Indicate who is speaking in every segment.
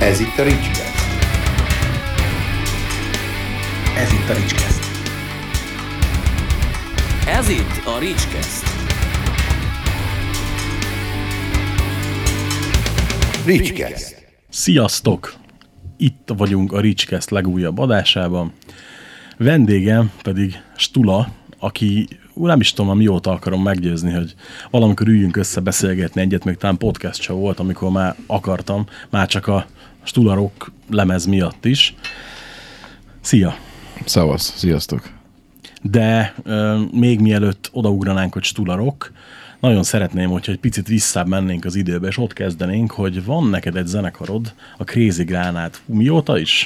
Speaker 1: Ez itt a Ricskeszt.
Speaker 2: Ez itt a Ricskeszt.
Speaker 3: Ez itt a Ricskeszt.
Speaker 1: Ricskeszt.
Speaker 4: Sziasztok! Itt vagyunk a Ricskeszt legújabb adásában. Vendégem pedig Stula, aki nem is tudom, mióta akarom meggyőzni, hogy valamikor üljünk össze beszélgetni egyet, még talán podcast sem volt, amikor már akartam, már csak a Stula Rock lemez miatt is. Szia!
Speaker 5: Szavasz, sziasztok!
Speaker 4: De még mielőtt odaugranánk, hogy Stula Rock, nagyon szeretném, hogyha egy picit visszább mennénk az időbe, és ott kezdenénk, hogy van neked egy zenekarod, a Crazy Granát. Mióta is?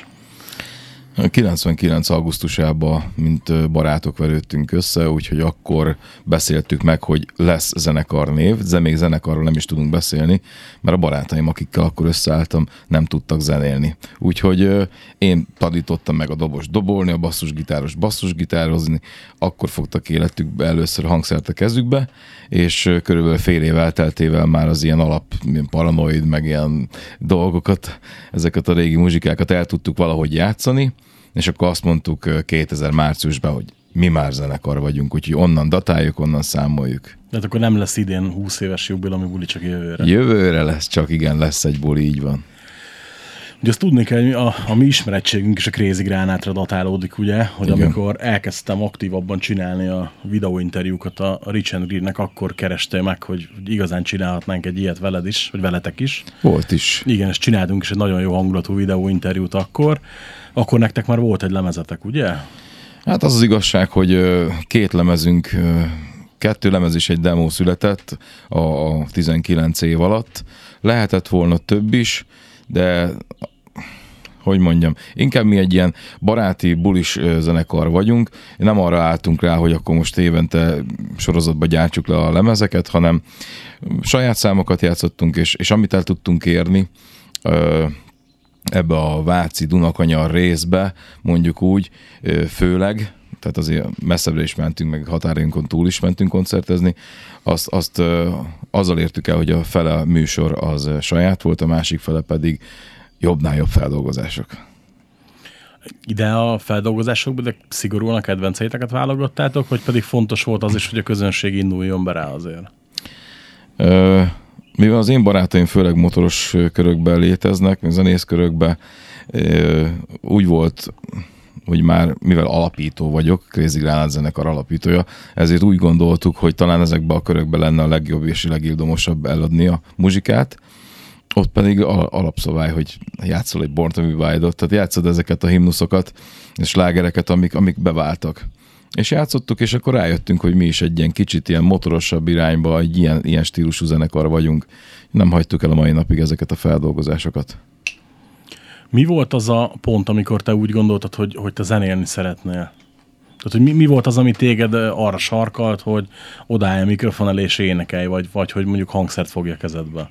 Speaker 5: 99. augusztusában, mint barátok verődtünk össze, úgyhogy akkor beszéltük meg, hogy lesz zenekarnév, de még zenekarról nem is tudunk beszélni, mert a barátaim, akikkel akkor összeálltam, nem tudtak zenélni. Úgyhogy én tanítottam meg a dobos dobolni, a basszusgitáros basszusgitározni, akkor fogtak életükbe először hangszert a kezükbe, és körülbelül fél év elteltével már az ilyen alap, ilyen paranoid, meg ilyen dolgokat, ezeket a régi muzsikákat el tudtuk valahogy játszani, és akkor azt mondtuk 2000 márciusban, hogy mi már zenekar vagyunk, úgyhogy onnan datáljuk, onnan számoljuk.
Speaker 4: De akkor nem lesz idén 20 éves jubileumi buli, csak jövőre.
Speaker 5: Jövőre lesz, csak igen, lesz egy buli, így van.
Speaker 4: Ugye azt tudni kell, hogy a mi ismerettségünk is a Crazy Granátra datálódik, ugye, hogy igen. Amikor elkezdtem aktívabban csinálni a videóinterjúkat a Rich and Greennek, akkor kerestél meg, hogy igazán csinálhatnánk egy ilyet veled is, vagy veletek is.
Speaker 5: Volt is.
Speaker 4: Igen, és csináltunk is egy nagyon jó hangulatú videóinterjút akkor. Akkor nektek már volt egy lemezetek, ugye?
Speaker 5: Hát az igazság, hogy két lemezünk, 2 lemez is egy demo született a 19 év alatt. Lehetett volna több is, de hogy mondjam, inkább mi egy ilyen baráti, bulis zenekar vagyunk. Nem arra álltunk rá, hogy akkor most évente sorozatba gyártjuk le a lemezeket, hanem saját számokat játszottunk, és amit el tudtunk érni ebbe a váci Dunakanyar részbe, mondjuk úgy, főleg, tehát azért messzebbre is mentünk, meg határainkon túl is mentünk koncertezni, azzal értük el, hogy a fele műsor az saját volt, a másik fele pedig jobbnál jobb feldolgozások.
Speaker 4: Ide a feldolgozásokban de szigorúan a kedvenceiteket válogattátok, vagy pedig fontos volt az is, hogy a közönség induljon be rá azért?
Speaker 5: Mivel az én barátaim főleg motoros körökben léteznek, zenészkörökben, úgy volt, hogy már mivel alapító vagyok, Crazy Granát zenekar alapítója, ezért úgy gondoltuk, hogy talán ezekben a körökben lenne a legjobb és legildomosabb eladni a muzsikát. Ott pedig alapszabály, hogy játszol egy Born to be Wild-ot, tehát játszod ezeket a himnuszokat és slágereket, amik beváltak. És játszottuk, és akkor rájöttünk, hogy mi is egy ilyen kicsit ilyen motorosabb irányba, egy ilyen stílusú zenekar vagyunk. Nem hagytuk el a mai napig ezeket a feldolgozásokat.
Speaker 4: Mi volt az a pont, amikor te úgy gondoltad, hogy te zenélni szeretnél? Tehát, hogy mi volt az, ami téged arra sarkalt, hogy odállj a mikrofon elé és énekelj, vagy hogy mondjuk hangszert fogja a kezedbe?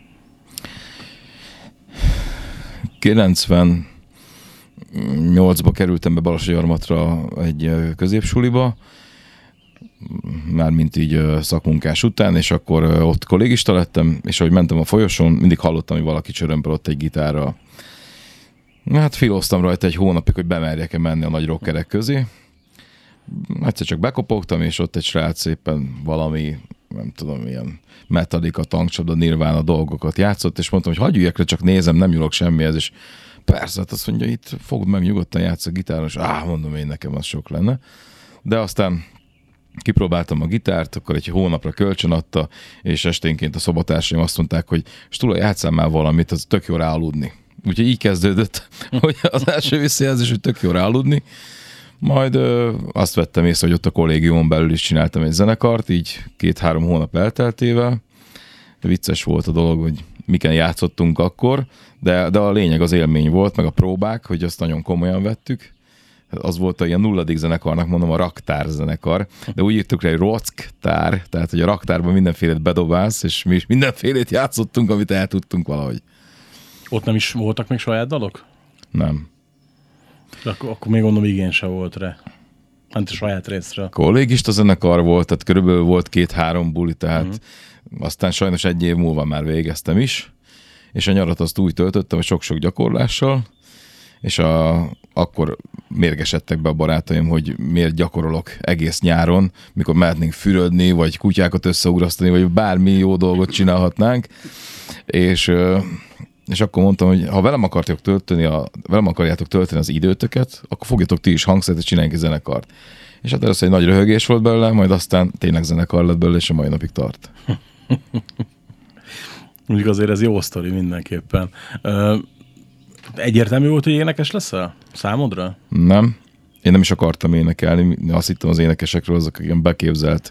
Speaker 5: 98-ba kerültem be Balassagyarmatra egy középsuliba, mármint így szakmunkás után, és akkor ott kollégista lettem, és ahogy mentem a folyosón, mindig hallottam, hogy valaki csörömpel ott egy gitárral. Hát filóztam rajta egy hónapig, hogy bemerjek-e menni a nagy rockerek közé. Egyszer csak bekopogtam, és ott egy srác szépen valami, nem tudom, ilyen Metallica, Tankcsapda, Nirvana dolgokat játszott, és mondtam, hogy hagyj üljek le, csak nézem, nem nyúlok semmihez, és persze, hát azt mondja, itt fogd meg, nyugodtan játsz a gitáron, és mondom én, nekem az sok lenne. De aztán kipróbáltam a gitárt, akkor egy hónapra kölcsön adta, és esténként a szobatársaim azt mondták, hogy Stula, játsszál már valamit, az tök jó rá aludni. Úgyhogy így kezdődött, hogy az első visszajelzés, hogy tök jó rá aludni. Majd azt vettem észre, hogy ott a kollégiumon belül is csináltam egy zenekart, így 2-3 hónap elteltével. Vicces volt a dolog, hogy miken játszottunk akkor, de a lényeg az élmény volt, meg a próbák, hogy azt nagyon komolyan vettük. Az volt a ilyen nulladik zenekarnak, mondom, a raktár zenekar, de úgy írtuk rá, hogy rocktár, tehát hogy a raktárban mindenfélét bedobálsz, és mi is mindenfélét játszottunk, amit el tudtunk valahogy.
Speaker 4: Ott nem is voltak még saját dalok?
Speaker 5: Nem.
Speaker 4: De akkor még gondolom igény se volt rá. Nem a saját részre.
Speaker 5: Kollégista zenekar volt, tehát körülbelül volt 2-3 buli, tehát aztán sajnos 1 év múlva már végeztem is, és a nyarat azt úgy töltöttem, hogy sok-sok gyakorlással, és akkor mérgesedtek be a barátaim, hogy miért gyakorolok egész nyáron, mikor mehetnénk fürödni, vagy kutyákat összeugrasztani, vagy bármi jó dolgot csinálhatnánk, és akkor mondtam, hogy ha velem akarjátok tölteni az időtöket, akkor fogjatok ti is hangszert, és csináljunk egy zenekart. És hát először egy nagy röhögés volt belőle, majd aztán tényleg zenekar lett belőle, és a mai napig tart.
Speaker 4: Mondjuk azért ez jó sztori mindenképpen. Egyértelmű volt, hogy énekes leszel? Számodra?
Speaker 5: Nem. Én nem is akartam énekelni. Azt hittem az énekesekről, azok ilyen beképzelt,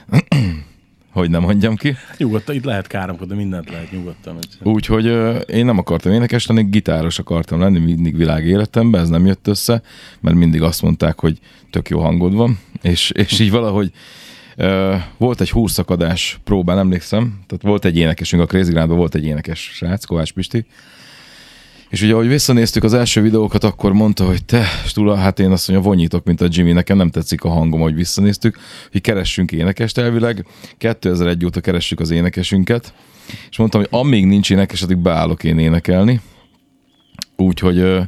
Speaker 5: hogy nem mondjam ki.
Speaker 4: Nyugodtan, itt lehet káromkodni, mindent lehet nyugodtan.
Speaker 5: Úgyhogy én nem akartam énekes lenni, gitáros akartam lenni mindig világ életemben, ez nem jött össze, mert mindig azt mondták, hogy tök jó hangod van, és így valahogy volt egy húrszakadás próbán, emlékszem, tehát volt egy énekesünk, a Crazy Groundban volt egy énekes srác, Kovács Pisti, és ugye, ahogy visszanéztük az első videókat, akkor mondta, hogy te, Stula, hát én azt mondja, vonyítok, mint a Jimmy, nekem nem tetszik a hangom, hogy visszanéztük, hogy keressünk énekest elvileg. 2001 óta keressük az énekesünket, és mondtam, hogy amíg nincs énekes, addig beállok én énekelni. Úgyhogy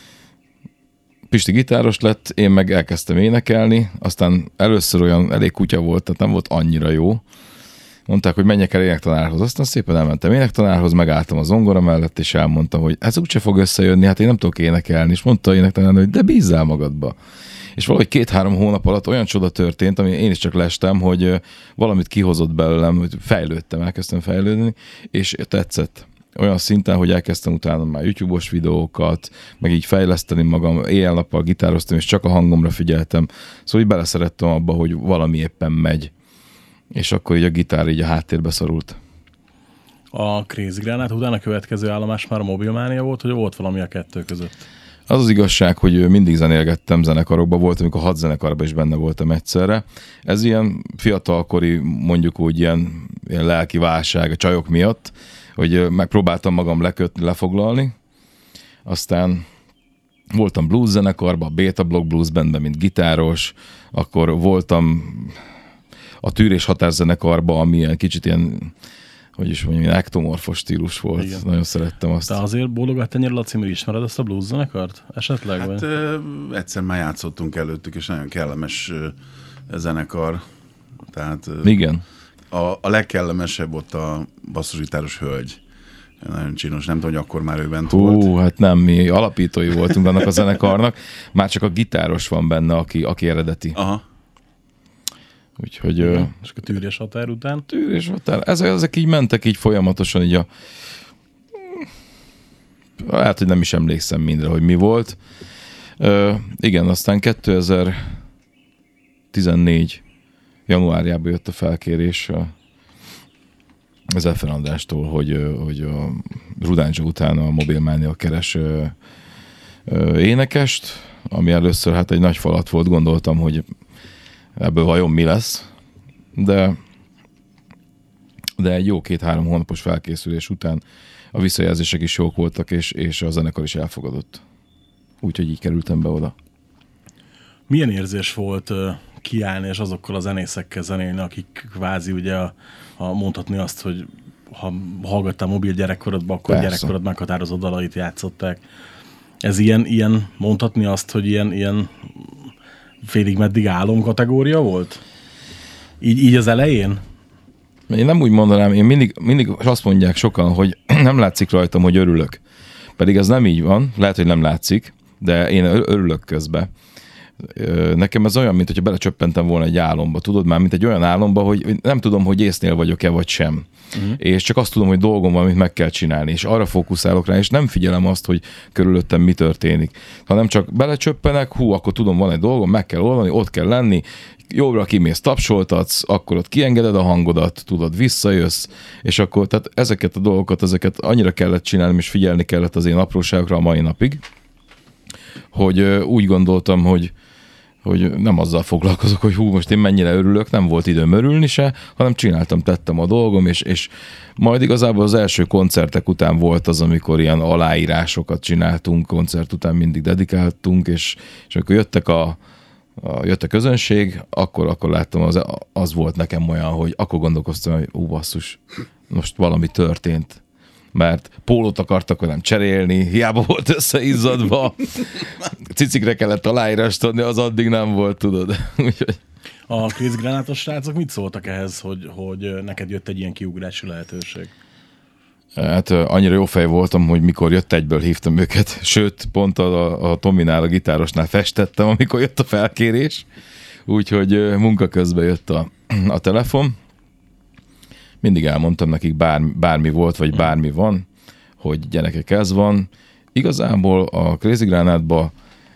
Speaker 5: Pisti gitáros lett, én meg elkezdtem énekelni, aztán először olyan elég kutya volt, tehát nem volt annyira jó. Mondták, hogy menjek el énektanárhoz. Aztán szépen elmentem énektanárhoz, megálltam a zongora mellett, és elmondtam, hogy ez úgyse fog összejönni, hát én nem tudok énekelni. És mondta a énektanár, hogy de bízzál magadba. És valahogy 2-3 hónap alatt olyan csoda történt, ami én is csak lestem, hogy valamit kihozott belőlem, hogy fejlődtem, elkezdtem fejlődni, és tetszett. Olyan szinten, hogy elkezdtem utána már YouTube-os videókat, meg így fejleszteni magam, éjjel-nappal gitároztam, és csak a hangomra figyeltem. Szóval így beleszerettem abba, hogy valami éppen megy. És akkor így a gitár így a háttérbe szorult.
Speaker 4: A Crazy Granát után a következő állomás már a Mobilmania volt, hogy volt valami a kettő között?
Speaker 5: Az igazság, hogy mindig zenélgettem zenekarokba, volt, amikor 6 zenekarban is benne voltam egyszerre. Ez ilyen fiatalkori, mondjuk úgy ilyen lelki válság a csajok miatt, hogy megpróbáltam magam lefoglalni. Aztán voltam blues zenekarban, a Beta Block Blues bandben, mint gitáros, akkor voltam a Tűrés határzenekarba, ami ilyen kicsit ilyen, hogy is mondjam, ilyen ektomorfos stílus volt. Igen. Nagyon szerettem azt.
Speaker 4: De azért bólogatt ennyire, Laci, mert ismered ezt a blues zenekart? Esetleg?
Speaker 2: Hát egyszer már játszottunk előttük, és nagyon kellemes zenekar. Tehát,
Speaker 5: igen.
Speaker 2: A legkellemesebb ott a basszusgitáros hölgy. Nagyon csinos, nem tudom, hogy akkor már ő bent volt.
Speaker 5: Hát nem, mi alapítói voltunk annak a zenekarnak. Már csak a gitáros van benne, aki eredeti.
Speaker 2: Aha.
Speaker 5: Úgyhogy...
Speaker 4: És a Tűrés határ után?
Speaker 5: Tűrés határ. Ezek így mentek így folyamatosan, így lehet, hogy nem is emlékszem mindre, hogy mi volt. Igen, aztán 2014 januárjában jött a felkérés az Efer Andrástól, hogy a Rudánzsa után a Mobilmania keres énekest, ami először hát egy nagy falat volt, gondoltam, hogy ebből vajon mi lesz, de egy jó 2-3 hónapos felkészülés után a visszajelzések is jók voltak, és a zenekar is elfogadott. Úgyhogy így kerültem be oda.
Speaker 4: Milyen érzés volt kiállni és azokkal a zenészekkel zenélni, akik kvázi ugye mondhatni azt, hogy ha hallgattál mobil gyerekkorodban, akkor
Speaker 5: persze.
Speaker 4: Gyerekkorod meghatározó dalait játszották. Ez ilyen mondhatni azt, hogy ilyen félig meddig álom kategória volt? Így az elején?
Speaker 5: Én nem úgy mondanám, én mindig azt mondják sokan, hogy nem látszik rajtam, hogy örülök. Pedig ez nem így van, lehet, hogy nem látszik, de én örülök közben. Nekem ez olyan, mint hogyha belecsöppentem volna egy álomba, tudod már, mint egy olyan álomba, hogy nem tudom, hogy észnél vagyok-e vagy sem. És csak azt tudom, hogy dolgom van, amit meg kell csinálni, és arra fókuszálok rá, és nem figyelem azt, hogy körülöttem mi történik. Hanem csak belecsöppenek, akkor tudom, van egy dolgom, meg kell oldani, ott kell lenni, jobbra kimész, tapsoltatsz, akkor ott kiengeded a hangodat, tudod, visszajössz, és akkor, tehát ezeket a dolgokat, ezeket annyira kellett csinálni, és figyelni kellett az én apróságokra a mai napig, hogy úgy gondoltam, hogy nem azzal foglalkozok, hogy most én mennyire örülök, nem volt időm örülni se, hanem csináltam, tettem a dolgom, és majd igazából az első koncertek után volt az, amikor ilyen aláírásokat csináltunk, koncert után mindig dedikáltunk, és amikor jött a közönség, akkor láttam, az volt nekem olyan, hogy akkor gondolkoztam, hogy basszus, most valami történt. mert pólót akartak velem cserélni, hiába volt összeizzadva, cicikre kellett aláírást adni, az addig nem volt, tudod. Úgyhogy...
Speaker 4: A Crazy Gránátos srácok mit szóltak ehhez, hogy neked jött egy ilyen kiugrási lehetőség?
Speaker 5: Hát annyira jó fej voltam, hogy mikor jött, egyből hívtam őket. Sőt, pont a Tominál, a gitárosnál festettem, amikor jött a felkérés. Úgyhogy munka közben jött a telefon. Mindig elmondtam nekik, bármi volt, vagy bármi van, hogy gyerekek, ez van. Igazából a Crazy Gránátban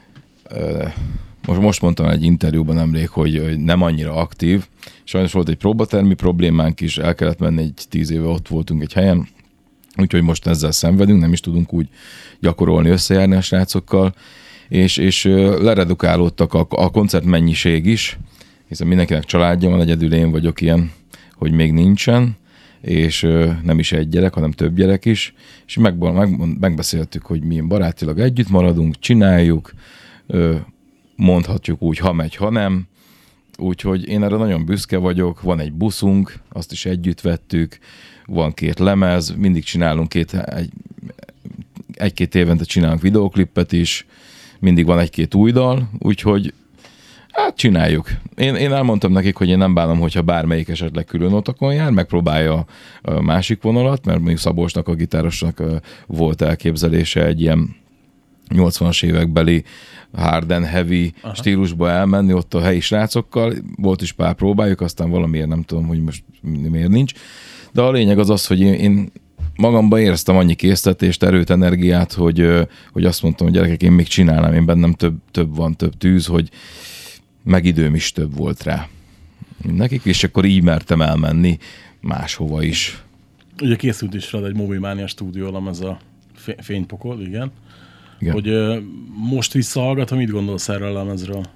Speaker 5: most mondtam egy interjúban nemrég, hogy nem annyira aktív. Sajnos volt egy próbatermi problémánk is, el kellett menni, 10 éve ott voltunk egy helyen, úgyhogy most ezzel szenvedünk, nem is tudunk úgy gyakorolni, összejárni a srácokkal, és leredukálódtak a koncert mennyiség is, hiszen mindenkinek családja van, egyedül én vagyok ilyen, hogy még nincsen, és nem is egy gyerek, hanem több gyerek is, és megbeszéltük, hogy milyen barátilag együtt maradunk, csináljuk, mondhatjuk úgy, ha megy, ha nem. Úgyhogy én erre nagyon büszke vagyok, van egy buszunk, azt is együtt vettük, van 2 lemez, mindig csinálunk egy-két évente csinálunk videóklippet is, mindig van 1-2 új dal, úgyhogy hát csináljuk. Én elmondtam nekik, hogy én nem bánom, hogyha bármelyik esetleg külön utakon jár, megpróbálja a másik vonalat, mert mondjuk Szabolcsnak, a gitárosnak volt elképzelése egy ilyen 80-as évekbeli hard and heavy stílusba elmenni ott a helyi srácokkal. Volt is pár próbáljuk, aztán valamiért nem tudom, hogy most miért nincs. De a lényeg az, hogy én magamban éreztem annyi késztetést, erőt, energiát, hogy azt mondtam, hogy gyerekek, én még csinálnám, én bennem több tűz, hogy meg időm is több volt rá. Nekik, és akkor így mertem elmenni máshova is.
Speaker 4: Ugye készült is rád egy Mobilmania stúdiólam, ez a Fénypokol, igen. Hogy most visszahallgatom, mit gondolsz erről a lemezről?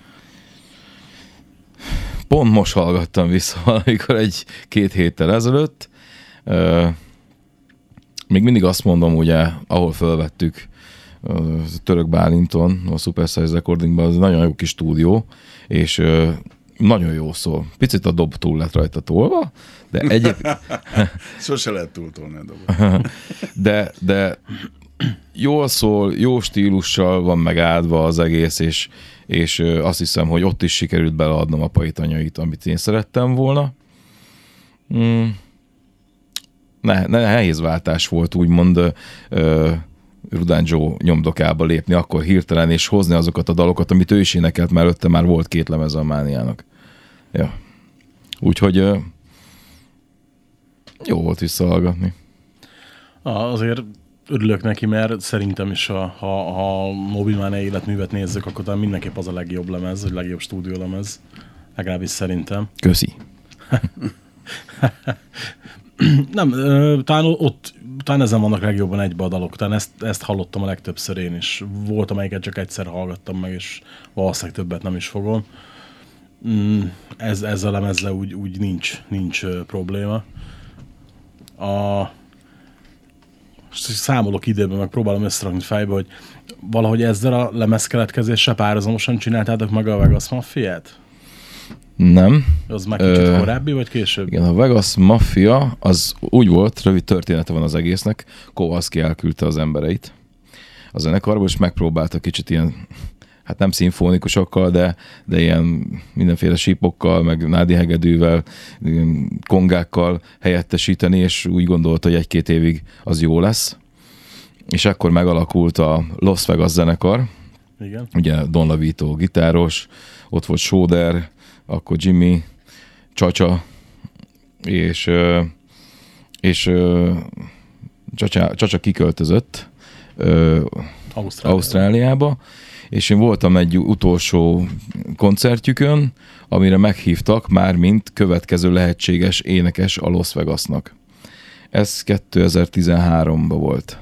Speaker 5: Pont most hallgattam vissza valamikor 1-2 héttel ezelőtt. Még mindig azt mondom, ugye, ahol felvettük Török Bálinton, a Supersize Recordingban, az nagyon jó kis stúdió, és nagyon jó szól. Picit a dob túl lett rajta tolva, de
Speaker 2: Sose lehet túltolni a dobot.
Speaker 5: de jól szól, jó stílussal van megáldva az egész, és azt hiszem, hogy ott is sikerült beleadnom a pajtanyait, amit én szerettem volna. Nehéz váltás volt, úgymond Rudán Joe nyomdokába lépni akkor hirtelen, és hozni azokat a dalokat, amit ő is énekelt, mert előtte már volt 2 lemez a Mániának. Ja. Úgyhogy jó volt visszahallgatni.
Speaker 4: Azért örülök neki, mert szerintem is, ha Mobilmania életművet nézzük, akkor talán mindenképp az a legjobb lemez, vagy legjobb stúdiólemez. Legalábbis szerintem.
Speaker 5: Köszi.
Speaker 4: Nem, talán ezen vannak legjobban egybe a dalok. Talán ezt hallottam a legtöbbször én is. Volt, amelyiket csak egyszer hallgattam meg, és valószínűleg többet nem is fogom. Ez a lemezle úgy nincs probléma. Számolok időben, meg próbálom összerakni fejbe, hogy valahogy ezzel a lemezkeletkezéssel párhuzamosan csináltátok meg a Vegas Maffiát?
Speaker 5: Nem.
Speaker 4: Az már kicsit korábbi, vagy később?
Speaker 5: Igen, a Vegas Mafia az úgy volt, rövid története van az egésznek, Kowalski elküldte az embereit a zenekarból, és megpróbálta kicsit ilyen, hát nem szimfonikusokkal, de ilyen mindenféle sípokkal, meg nádi hegedűvel, kongákkal helyettesíteni, és úgy gondolta, hogy 1-2 évig az jó lesz. És akkor megalakult a Las Vegas zenekar.
Speaker 4: Igen. Ugye
Speaker 5: Don Lavito gitáros, ott volt Soder, akkor Jimmy, Csacsa, és Csacsa kiköltözött Ausztráliába, és én voltam egy utolsó koncertjükön, amire meghívtak már, mint következő lehetséges énekes a Las Vegasnak. Ez 2013-ban volt.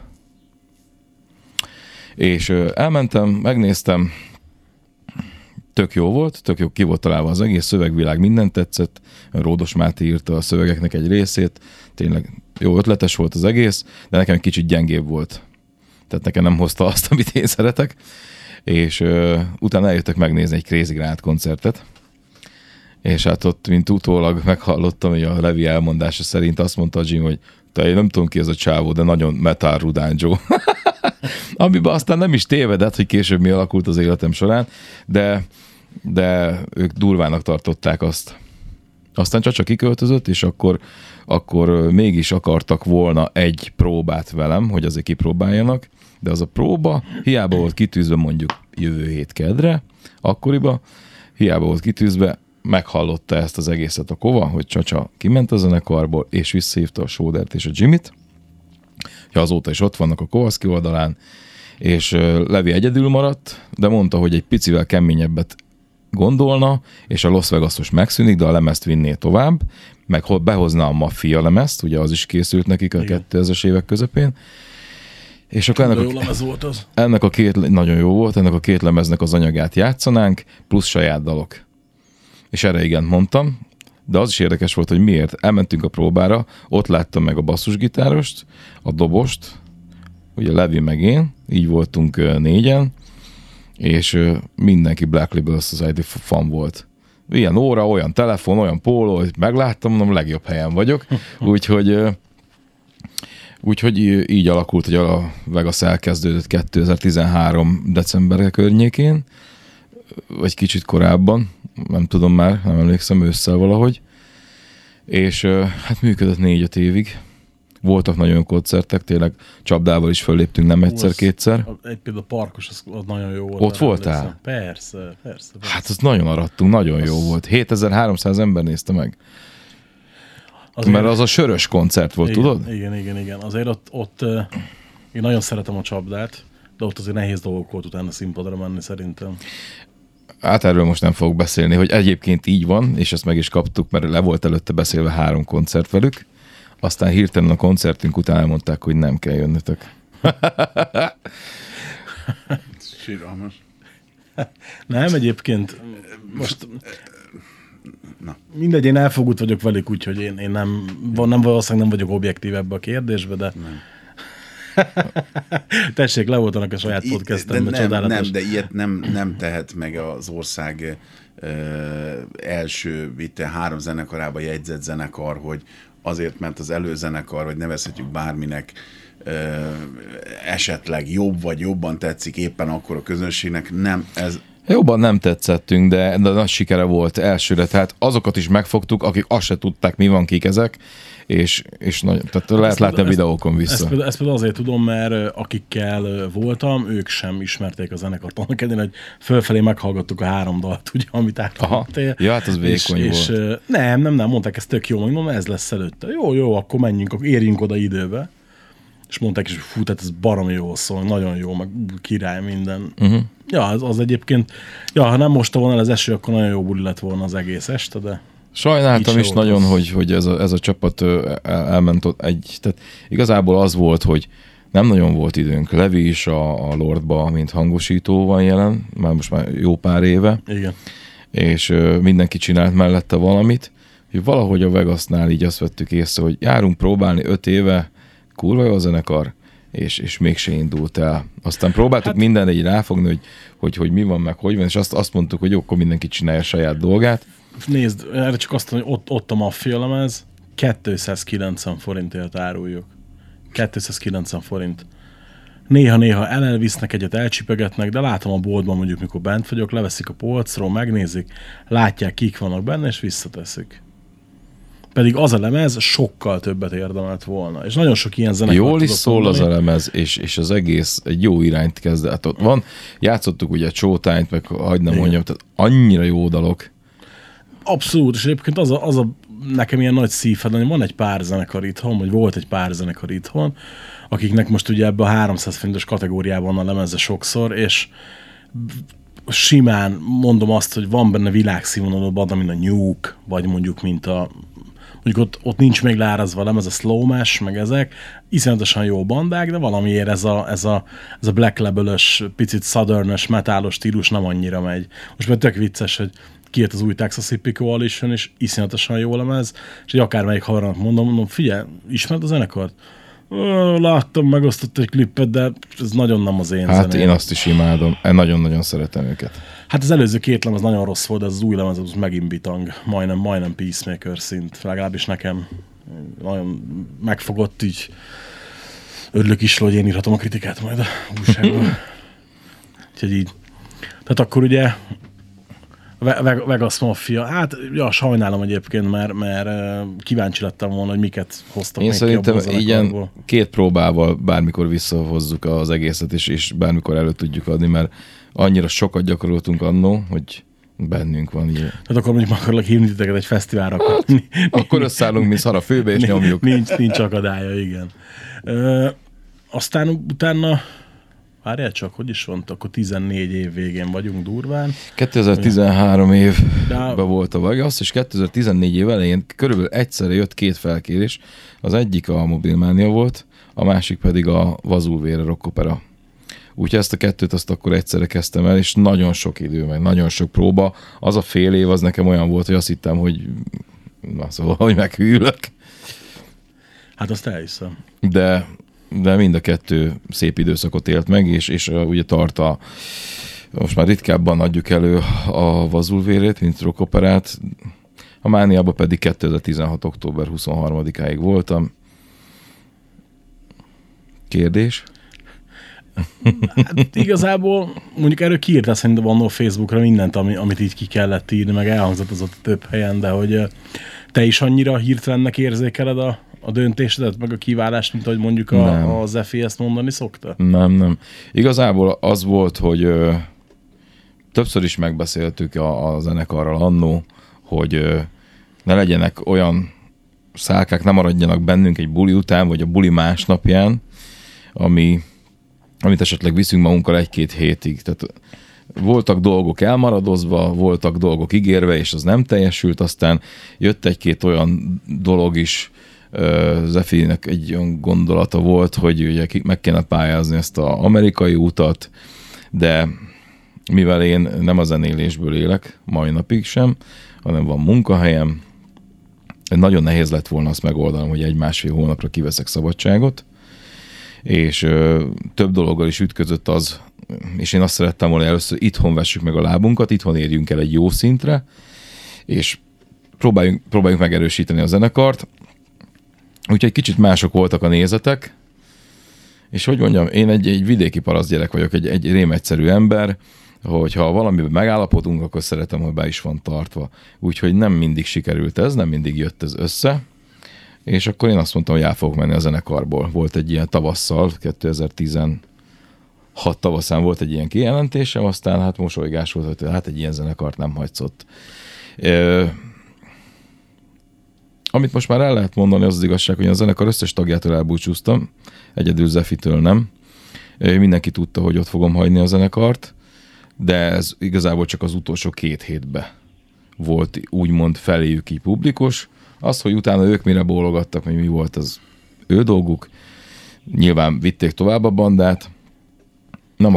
Speaker 5: És elmentem, megnéztem, tök jó volt, tök jó ki volt találva az egész szövegvilág, mindent tetszett. Ródos Máté írta a szövegeknek egy részét, tényleg jó ötletes volt az egész, de nekem egy kicsit gyengébb volt. Tehát nekem nem hozta azt, amit én szeretek. És utána eljöttek megnézni egy Crazy Granát koncertet, és hát ott, mint utólag meghallottam, hogy a Levi elmondása szerint azt mondta a Jim, hogy Én nem tudom ki ez a csávó, de nagyon metal Rudánzsó. Amiben aztán nem is tévedett, hogy később mi alakult az életem során, de ők durvának tartották azt. Aztán Csacsa kiköltözött, és akkor mégis akartak volna egy próbát velem, hogy azért kipróbáljanak, de az a próba hiába volt kitűzve mondjuk jövő hét kedre, akkoriban, hiába volt kitűzve, meghallotta ezt az egészet a Kova, hogy Csacsa kiment a zenekarból, és visszahívta a Sódert és a Jimmy-t, azóta is ott vannak a Kovaszki oldalán, és Levi egyedül maradt, de mondta, hogy egy picivel keményebbet gondolna, és a Los Vegasos megszűnik, de a lemezt vinné tovább, meg behozná a Mafia lemezt, ugye az is készült nekik a 2000-es évek közepén, és akkor nagyon jó volt, ennek a két lemeznek az anyagát játszanánk, plusz saját dalok. És erre igent mondtam, de az is érdekes volt, hogy miért. Elmentünk a próbára, ott láttam meg a basszusgitárost, a dobost, ugye Levi meg én, így voltunk négyen, és mindenki Black Label Society fan volt. Ilyen óra, olyan telefon, olyan póló, hogy megláttam, mondom, legjobb helyen vagyok. Úgyhogy így alakult, hogy a Vegas elkezdődött 2013 december környékén, vagy kicsit korábban, nem tudom már, nem emlékszem, ősszel valahogy. És hát működött 4-5 évig. Voltak nagyon jó koncertek, tényleg csapdával is fölléptünk, nem egyszer-kétszer.
Speaker 4: Például a Parkos, az nagyon jó volt.
Speaker 5: Ott voltál?
Speaker 4: Persze.
Speaker 5: Hát azt nagyon arattunk, nagyon jó volt. 7300 ember nézte meg. Azért, mert az a sörös koncert volt,
Speaker 4: igen,
Speaker 5: tudod?
Speaker 4: Igen. Azért ott én nagyon szeretem a csapdát, de ott azért nehéz dolgok volt utána színpadra menni szerintem.
Speaker 5: Hát erről most nem fogok beszélni, hogy egyébként így van, és ezt meg is kaptuk, mert le volt előtte beszélve 3 koncert velük, aztán hirtelen a koncertünk után elmondták, hogy nem kell jönnötök.
Speaker 2: Síralmas.
Speaker 4: Nem, egyébként most mindegy, én elfogult vagyok velük, úgyhogy én nem valószínűleg nem vagyok objektív ebbe a kérdésbe, de tessék, levoltanak a saját podcastembe, csodálatos.
Speaker 2: Nem, de ilyet nem tehet meg az ország első, vitte 3 zenekarába jegyzett zenekar, hogy azért, mert az előzenekar, vagy nevezhetjük bárminek, esetleg jobb vagy jobban tetszik éppen akkor a közönségnek, nem ez.
Speaker 5: Jobban nem tetszettünk, de nagy sikere volt elsőre, tehát azokat is megfogtuk, akik azt se tudták, mi van, kik ezek, és nagyon, tehát lehet látni a videókon vissza.
Speaker 4: Ezt például azért tudom, mert akikkel voltam, ők sem ismerték a zenekart. Annak ellenére, hogy fölfelé meghallgattuk a 3 dalt, ugye, amit átadtél.
Speaker 5: Ja, hát az vékony volt.
Speaker 4: És nem, mondták, ez tök jó, mondom, ez lesz előtte. Jó, akkor menjünk, akkor érjünk oda időbe. És mondták is, hogy fú, tehát ez baromi jól szól, nagyon jó, meg király minden. Ja, az egyébként, ha nem mosta volna el az eső, akkor nagyon jó buli lett volna az egész este, de...
Speaker 5: Sajnáltam is nagyon, hogy ez a csapat elment ott tehát igazából az volt, hogy nem nagyon volt időnk. Levi is a Lordba, mint hangosító van jelen, most már jó pár éve.
Speaker 4: Igen.
Speaker 5: És mindenki csinált mellette valamit, hogy valahogy a Vegasnál így azt vettük észre, hogy járunk próbálni 5 éve, kurva jó a zenekar, és mégse indult el. Aztán próbáltuk mindenre így ráfogni, hogy mi van, meg hogy van, és azt mondtuk, hogy jó, akkor mindenki csinálja a saját dolgát.
Speaker 4: Nézd, erre csak azt mondom, hogy ott a Mafia lemez, 290 forintért áruljuk. 290 forint. Néha elvisznek egyet, elcsipegetnek, de látom a boltban mondjuk, mikor bent vagyok, leveszik a polcról, megnézik, látják, kik vannak benne, és visszateszik. Pedig az a lemez sokkal többet érdemelt volna. És nagyon sok ilyen zenekar
Speaker 5: jól is szól mondani. Az a lemez, és az egész egy jó irányt kezd. Hát ott van, játszottuk ugye Csótányt, meg hagyd nem mondjam, tehát annyira jó dalok.
Speaker 4: Abszolút, és egyébként az a nekem ilyen nagy szívfedlen, hogy van egy pár zenekar itthon, vagy volt egy pár zenekar itthon, akiknek most ugye ebbe a 300 forintos kategóriában van a lemeze sokszor, és simán mondom azt, hogy van benne világszínvonalú banda, mint a Nuke, vagy mondjuk mint a mondjuk ott nincs még leárazva a lemez, a Slowmash, meg ezek, iszonyatosan jó bandák, de valamiért ez a Black Label-ös, picit southern-ös, metálos stílus nem annyira megy. Most már tök vicces, hogy kijött az új Texas Hippie Coalition, és iszonyatosan jó lemez, és egy akármelyik havernak mondom, figyelj, ismered a zenekart? Láttam, megosztott egy klippet, de ez nagyon nem az én
Speaker 5: Hát zeném. Én azt is imádom, én nagyon-nagyon szeretem őket.
Speaker 4: Hát az előző 2 lemez nagyon rossz volt, de az új lemez az megint bitang, majdnem Peacemaker szint, legalábbis nekem. nagyon megfogott, így örülök is, hogy én írhatom a kritikát majd a újságban. Úgyhogy így. Tehát akkor ugye Vegas Mafia. Hát, ja, sajnálom egyébként, mert kíváncsi lettem volna, hogy miket hoztak.
Speaker 5: Én szerintem ilyen 2 próbával bármikor visszahozzuk az egészet, és bármikor elő tudjuk adni, mert annyira sokat gyakoroltunk annó, hogy bennünk van ilyen.
Speaker 4: Tehát akkor mondjuk akarlak hívni titeket egy fesztiválra.
Speaker 5: Akkor összeállunk, mi szar a főbe, és nyomjuk.
Speaker 4: Nincs akadálya, igen. Aztán utána, várjál csak, hogy is van, akkor 14 év végén vagyunk durván.
Speaker 5: 2013 évben volt a Vegas, és 2014 év elején körülbelül egyszerre jött 2 felkérés. Az egyik a Mobilmania volt, a másik pedig a Vazulvére Rock Opera. Úgyhogy ezt a 2-t azt akkor egyszerre kezdtem el, és nagyon sok idő, meg nagyon sok próba. Az a fél év az nekem olyan volt, hogy azt hittem, hogy hogy meghűlök.
Speaker 4: Hát azt elhiszem.
Speaker 5: De mind a 2 szép időszakot élt meg, és ugye tart most már ritkábban adjuk elő a Vazulvérét, mint Rock Operát. A Mániában pedig 2016. október 23-áig voltam. Kérdés?
Speaker 4: Hát igazából mondjuk erről kiírtál szerintem annól Facebookra mindent, amit így ki kellett írni, meg elhangzott az ott több helyen, de hogy te is annyira hirtelennek érzékeled a döntésedet, meg a kiválást, mint ahogy mondjuk a Zefi ezt mondani szokta?
Speaker 5: Nem. Igazából az volt, hogy többször is megbeszéltük a zenekarral annó, hogy ne legyenek olyan szálkák, ne maradjanak bennünk egy buli után, vagy a buli másnapján, amit esetleg viszünk magunkkal 1-2 hétig. Tehát voltak dolgok elmaradozva, voltak dolgok ígérve, és az nem teljesült, aztán jött 1-2 olyan dolog is, Zefinek egy olyan gondolata volt, hogy ugye meg kéne pályázni ezt az amerikai utat, de mivel én nem a zenélésből élek, mai napig sem, hanem van munkahelyem, nagyon nehéz lett volna azt megoldanom, hogy 1-1,5 hónapra kiveszek szabadságot, és több dologgal is ütközött az, és én azt szerettem volna, először itthon vessük meg a lábunkat, itthon érjünk el egy jó szintre, és próbáljuk megerősíteni a zenekart. Úgyhogy kicsit mások voltak a nézetek, és hogy mondjam, én egy vidéki parasztgyerek vagyok, egy rémegyszerű ember, hogyha valamiben megállapodunk, akkor szeretem, hogy be is van tartva. Úgyhogy nem mindig sikerült ez, nem mindig jött ez össze, és akkor én azt mondtam, hogy el fogok menni a zenekarból. Volt egy ilyen tavasszal, 2016 tavaszán volt egy ilyen kijelentésem, aztán hát mosolygás volt, hogy hát egy ilyen zenekart nem hagysz ott. Amit most már el lehet mondani, az igazság, hogy a zenekar összes tagjától elbúcsúztam, egyedül Zefitől nem. Mindenki tudta, hogy ott fogom hagyni a zenekart, de ez igazából csak az utolsó 2 hétben volt úgymond feléjük így publikus. Az, hogy utána ők mire bólogattak, hogy mi volt, az ő dolguk. Nyilván vitték tovább a bandát. Nem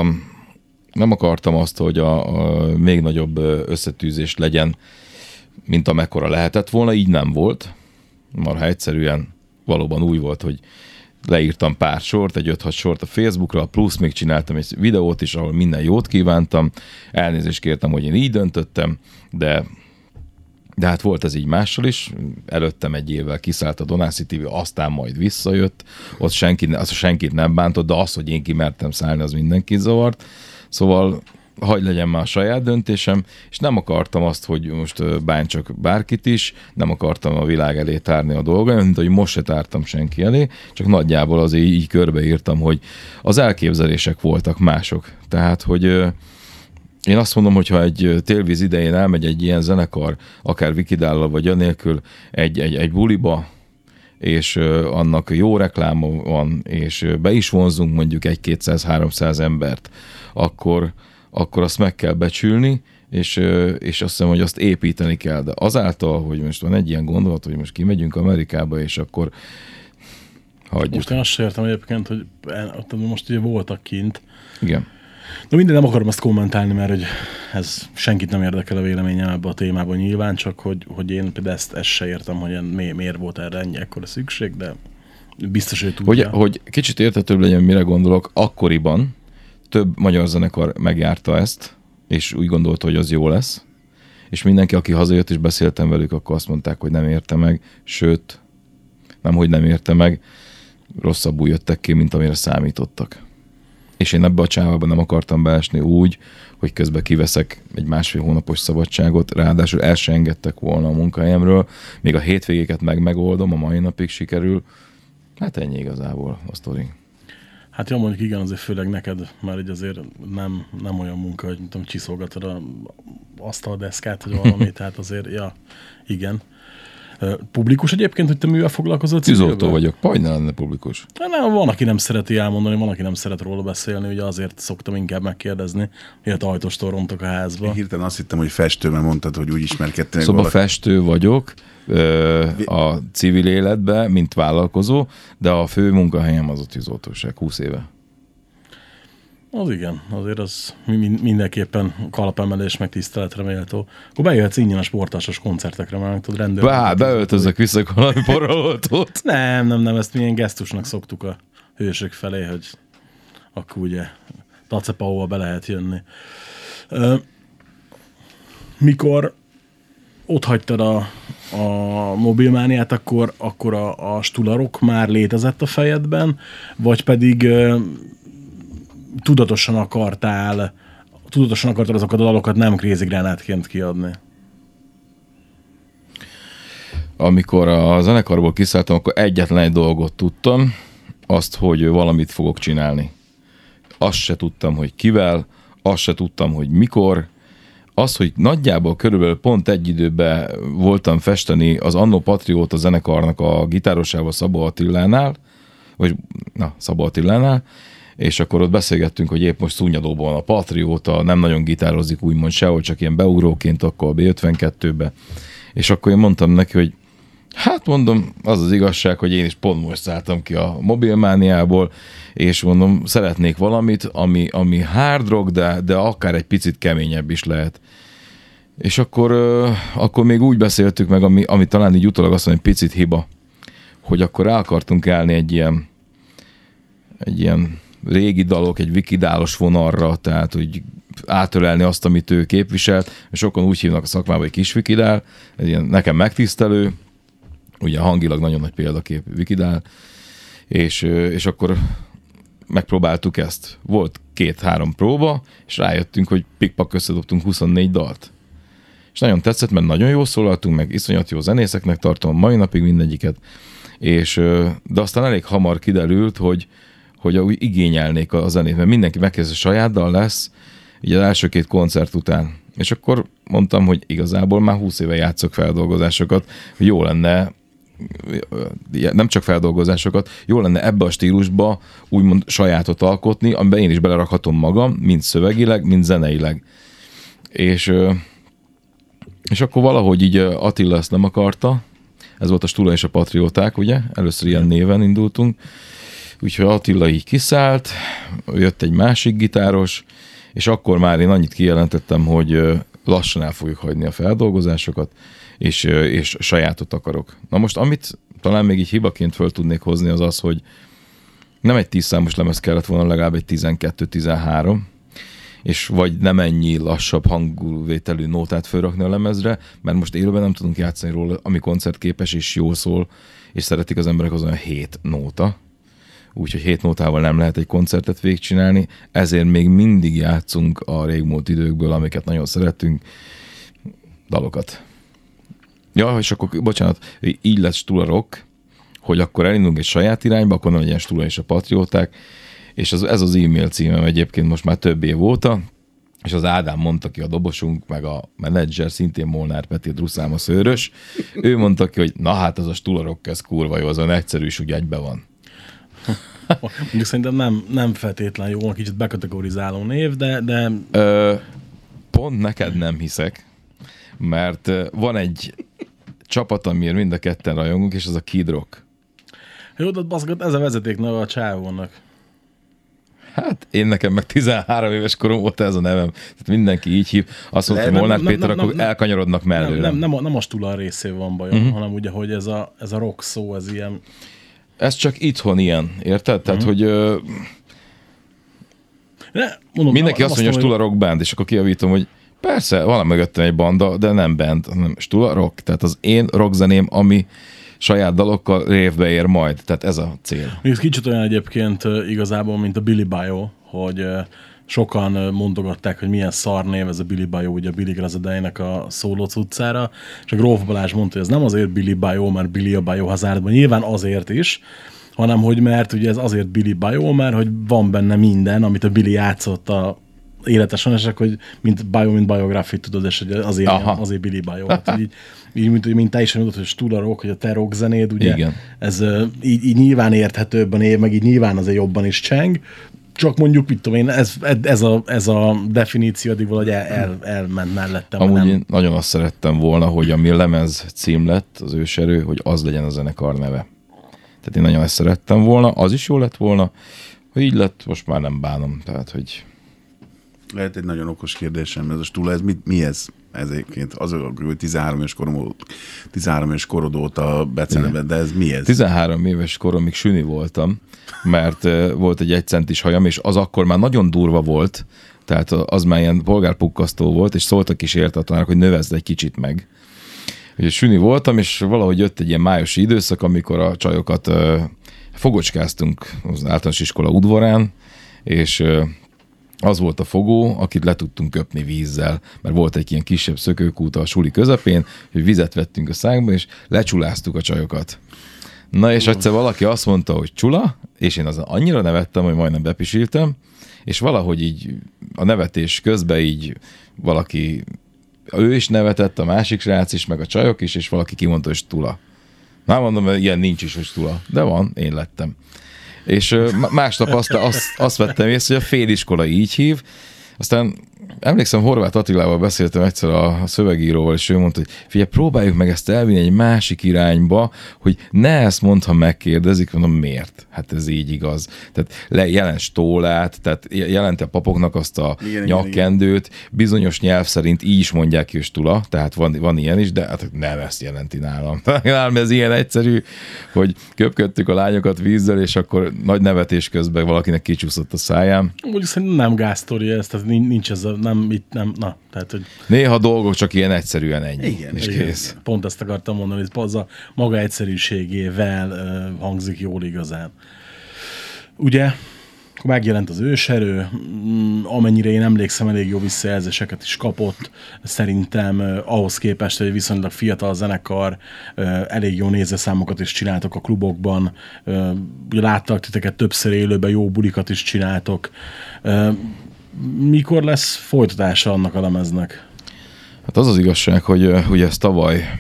Speaker 5: akartam azt, hogy a még nagyobb összetűzés legyen, mint amekkora lehetett volna, így nem volt. Marha egyszerűen valóban úgy volt, hogy leírtam pár sort, egy 5-6 sort a Facebookra, plusz még csináltam egy videót is, ahol minden jót kívántam. Elnézést kértem, hogy én így döntöttem, de hát volt ez így mással is. Előttem 1 évvel kiszállt a Donászi TV, aztán majd visszajött. Ott senkit nem bántott, de az, hogy én kimertem szállni, az mindenkit zavart. Szóval hagy legyen már a saját döntésem, és nem akartam azt, hogy most bántsak bárkit is, nem akartam a világ elé tárni a dolgaim, mint hogy most se tártam senki elé, csak nagyjából azért így körbeírtam, hogy az elképzelések voltak mások. Tehát, hogy én azt mondom, hogyha egy télvíz idején elmegy egy ilyen zenekar, akár Vikidállal vagy anélkül egy buliba, és annak jó rekláma van, és be is vonzunk mondjuk 100-200-300 embert, akkor azt meg kell becsülni, és azt hiszem, hogy azt építeni kell. De azáltal, hogy most van egy ilyen gondolat, hogy most kimegyünk Amerikába, és akkor hagyjuk.
Speaker 4: Most én azt sem értem egyébként, hogy most ugye voltak kint.
Speaker 5: Igen.
Speaker 4: De minden nem akarom ezt kommentálni, mert hogy ez senkit nem érdekel a véleményem ebbe a témában nyilván, csak hogy én például ezt se értem, hogy miért volt erre ennyi ekkora szükség, de biztos, hogy tudja.
Speaker 5: Hogy kicsit érthetőbb legyen, mire gondolok, akkoriban több magyar zenekar megjárta ezt, és úgy gondolta, hogy az jó lesz, és mindenki, aki hazajött és beszéltem velük, akkor azt mondták, hogy nem érte meg, sőt, nemhogy nem érte meg, rosszabbul jöttek ki, mint amire számítottak. És én ebbe a csávába nem akartam beesni úgy, hogy közben kiveszek egy 1,5 hónapos szabadságot, ráadásul el se engedtek volna a munkahelyemről, még a hétvégéket megoldom, a mai napig sikerül. Hát ennyi igazából a sztori.
Speaker 4: Hát jó, mondjuk igen, azért főleg neked már így azért nem olyan munka, hogy tudom, csiszolgatod a asztaldeszkát, vagy valami, tehát azért, ja, igen. Publikus egyébként, hogy te mivel foglalkozol?
Speaker 5: Tűzoltó vagyok, hogy ne lenne publikus.
Speaker 4: Nem, van, aki nem szereti elmondani, van, aki nem szeret róla beszélni, ugye azért szoktam inkább megkérdezni, miért ajtóstól rontok a házba.
Speaker 2: Hirtelen azt hittem, hogy festő, mert mondtad, hogy úgy ismerkedtél.
Speaker 5: Szóval festő vagyok a civil életben, mint vállalkozó, de a fő munkahelyem az a tűzoltóság, 20 éve.
Speaker 4: Az igen, azért az mindenképpen kalapemelés, meg tiszteletre méltó. Akkor bejöhetsz ingyen a sportásos koncertekre, már tudod rendelni.
Speaker 5: Beöltözök vissza valami porraloltót.
Speaker 4: Nem, ezt milyen gesztusnak szoktuk a hősök felé, hogy akkor ugye tacepauval be lehet jönni. Mikor ott hagytad a mobilmániát, akkor a Stularok már létezett a fejedben, vagy pedig tudatosan akartad azokat a dalokat nem Crazy Granátként kiadni?
Speaker 5: Amikor a zenekarból kiszálltam, akkor egyetlen egy dolgot tudtam, azt, hogy valamit fogok csinálni. Azt se tudtam, hogy kivel, azt se tudtam, hogy mikor. Az, hogy nagyjából körülbelül pont egy időben voltam festeni az Annó Patrióta zenekarnak a gitárosával Szabó Attilánál, és akkor ott beszélgettünk, hogy épp most Szúnyadóban van a Patrióta, nem nagyon gitározik úgymond sehol, csak ilyen beugróként akkor a B52-be. És akkor én mondtam neki, hogy hát mondom, az igazság, hogy én is pont most szálltam ki a mobilmániából, és mondom, szeretnék valamit, ami hard rock, de akár egy picit keményebb is lehet. És akkor még úgy beszéltük meg, ami talán így utólag azt mondja, egy picit hiba, hogy akkor rá akartunk állni egy ilyen régi dalok, egy vikidálos vonalra, tehát úgy átölelni azt, amit ő képviselt, és sokan úgy hívnak a szakmában, hogy kis vikidál, ez ilyen nekem megtisztelő, ugye hangilag nagyon nagy példakép vikidál, és akkor megpróbáltuk ezt. Volt 2-3 próba, és rájöttünk, hogy pikpak összedobtunk 24 dalt. És nagyon tetszett, mert nagyon jól szólaltunk, meg iszonyat jó zenészeknek tartom mai napig mindegyiket, de aztán elég hamar kiderült, hogy úgy igényelnék a zenét, mert mindenki megkezdő saját dal lesz, így az első 2 koncert után. És akkor mondtam, hogy igazából már 20 éve játszok feldolgozásokat, hogy jó lenne, nem csak feldolgozásokat, jó lenne ebbe a stílusba úgymond sajátot alkotni, amiben én is belerakhatom magam, mind szövegileg, mind zeneileg. És akkor valahogy így Attila ezt nem akarta, ez volt a Stula és a Patrióták, ugye? Először ilyen néven indultunk, úgyhogy Attila így kiszállt, jött egy másik gitáros, és akkor már én annyit kijelentettem, hogy lassan el fogjuk hagyni a feldolgozásokat, és sajátot akarok. Na most, amit talán még így hibaként föl tudnék hozni, az az, hogy nem egy 10 számos lemez kellett volna, legalább egy 12-13, és vagy nem ennyi lassabb hangvételű nótát fölrakni a lemezre, mert most élőben nem tudunk játszani róla, ami koncertképes és jól szól, és szeretik az emberek, az olyan 7 nóta. Úgyhogy 7 nótával nem lehet egy koncertet végigcsinálni, ezért még mindig játszunk a régmúlt időkből, amiket nagyon szeretünk, dalokat. Ja, és akkor, bocsánat, így lett Stula Rock, hogy akkor elindulunk egy saját irányba, akkor nem legyen Stula és a Patrióták, és ez az e-mail címem egyébként most már több év óta, és az Ádám mondta ki, a dobosunk, meg a menedzser, szintén Molnár Peti, a druszáma szőrös, ő mondta ki, hogy na hát az a Stula Rock, ez kurva jó, az olyan egyszerű, és úgy egybe van.
Speaker 4: Mondjuk szerintem nem feltétlen jó, kicsit bekategorizáló név, de...
Speaker 5: Pont neked nem hiszek, mert van egy csapat, amiért mind a ketten rajongunk, és az a Kid Rock.
Speaker 4: Jó, de baszgat, ez a vezeték neve a csávónak.
Speaker 5: Hát én nekem meg 13 éves korom volt ez a nevem. Tehát mindenki így hív. Azt mondta, hogy Molnár Péter, akkor elkanyarodnak mellőle.
Speaker 4: Nem a Stula részével van bajom, hanem ugye, hogy ez a rock szó, ez ilyen...
Speaker 5: Ez csak itthon ilyen, érted? Tehát, hogy mindenki azt mondja, hogy Stula Rock Band, és akkor kijavítom, hogy persze, van mögöttem egy banda, de nem band, hanem Stula Rock. Tehát az én rockzeném, ami saját dalokkal révbe ér majd. Tehát ez a cél.
Speaker 4: Ez kicsit olyan egyébként igazából, mint a Billy Bio, hogy sokan mondogatták, hogy milyen szarnév ez a Billy Bio, ugye a Billy Grazadeinek a szóló cuccára, és a Gróf Balázs mondta, hogy ez nem azért Billy Bio, mert Billy a Biohazardban, nyilván azért is, hanem hogy mert ugye ez azért Billy Bio, mert hogy van benne minden, amit a Billy játszott a életesen, és akkor, hogy mint biography, tudod, és azért Billy Bio. Hát, így, mint te is mondod, hogy Stula rock, hogy a te rock zenéd, ugye? Igen. Ez így nyilván érthetőbb a név, meg így nyilván azért jobban is cseng, csak mondjuk, mit tudom én, ez a definíció addig valahogy elment mellettem.
Speaker 5: Amúgy nem. Én nagyon azt szerettem volna, hogy ami a lemez cím lett, az őserő, hogy az legyen a zenekar neve. Tehát én nagyon ezt szerettem volna, az is jó lett volna, hogy így lett, most már nem bánom. Tehát, hogy...
Speaker 2: Lehet egy nagyon okos kérdésem, ez a Stula, ez mi ez? Ezért az, hogy 13 éves korod óta beceneved, de ez mi ez?
Speaker 5: 13 éves koromig süni voltam, mert volt egy 1 centis hajam, és az akkor már nagyon durva volt, tehát az már ilyen polgárpukkasztó volt, és szóltak is érte a tanárok, hogy növezd egy kicsit meg. Ugye süni voltam, és valahogy jött egy ilyen májusi időszak, amikor a csajokat fogocskáztunk az általános iskola udvarán, és az volt a fogó, akit le tudtunk köpni vízzel, mert volt egy ilyen kisebb szökőkút a suli közepén, hogy vizet vettünk a szánkba, és lecsuláztuk a csajokat. Na és egyszer valaki azt mondta, hogy csula, és én azon annyira nevettem, hogy majdnem bepisiltem, és valahogy így a nevetés közben így valaki, ő is nevetett, a másik srác is, meg a csajok is, és valaki kimondta, hogy Stula. Na mondom, hogy ilyen nincs is, hogy Stula, de van, én lettem. És másnap azt vettem észre, hogy a féliskola így hív. Aztán emlékszem, Horváth Attilával beszéltem egyszer a szövegíróval, és ő mondta, hogy figyelj, próbáljuk meg ezt elvinni egy másik irányba, hogy ne ezt mondd, ha megkérdezik, mondom, miért? Hát ez így igaz. Tehát jelent Stólát, tehát jelenti a papoknak azt a nyakkendőt, bizonyos nyelv szerint így is mondják ki, hogy Stula, tehát van ilyen is, de hát nem ezt jelenti nálam. Nálam ez ilyen egyszerű, hogy köpködtük a lányokat vízzel, és akkor nagy nevetés közben valakinek kicsúszott a száján.
Speaker 4: Úgy szerintem nem gázsztori ez, tehát nincs ez a na, tehát, hogy...
Speaker 5: Néha dolgok csak ilyen egyszerűen ennyi,
Speaker 2: igen,
Speaker 5: és
Speaker 2: igen.
Speaker 5: kész.
Speaker 4: Pont ezt akartam mondani, hogy az a maga egyszerűségével hangzik jól igazán. Ugye, akkor megjelent az őserő, amennyire én emlékszem, elég jó visszajelzéseket is kapott. Szerintem ahhoz képest, hogy egy viszonylag fiatal zenekar, elég jó nézőszámokat is csináltok a klubokban. Ugye láttak titeket többször élőben, jó bulikat is csináltok. Mikor lesz folytatása annak a lemeznek?
Speaker 5: Hát az az igazság, hogy ez tavaly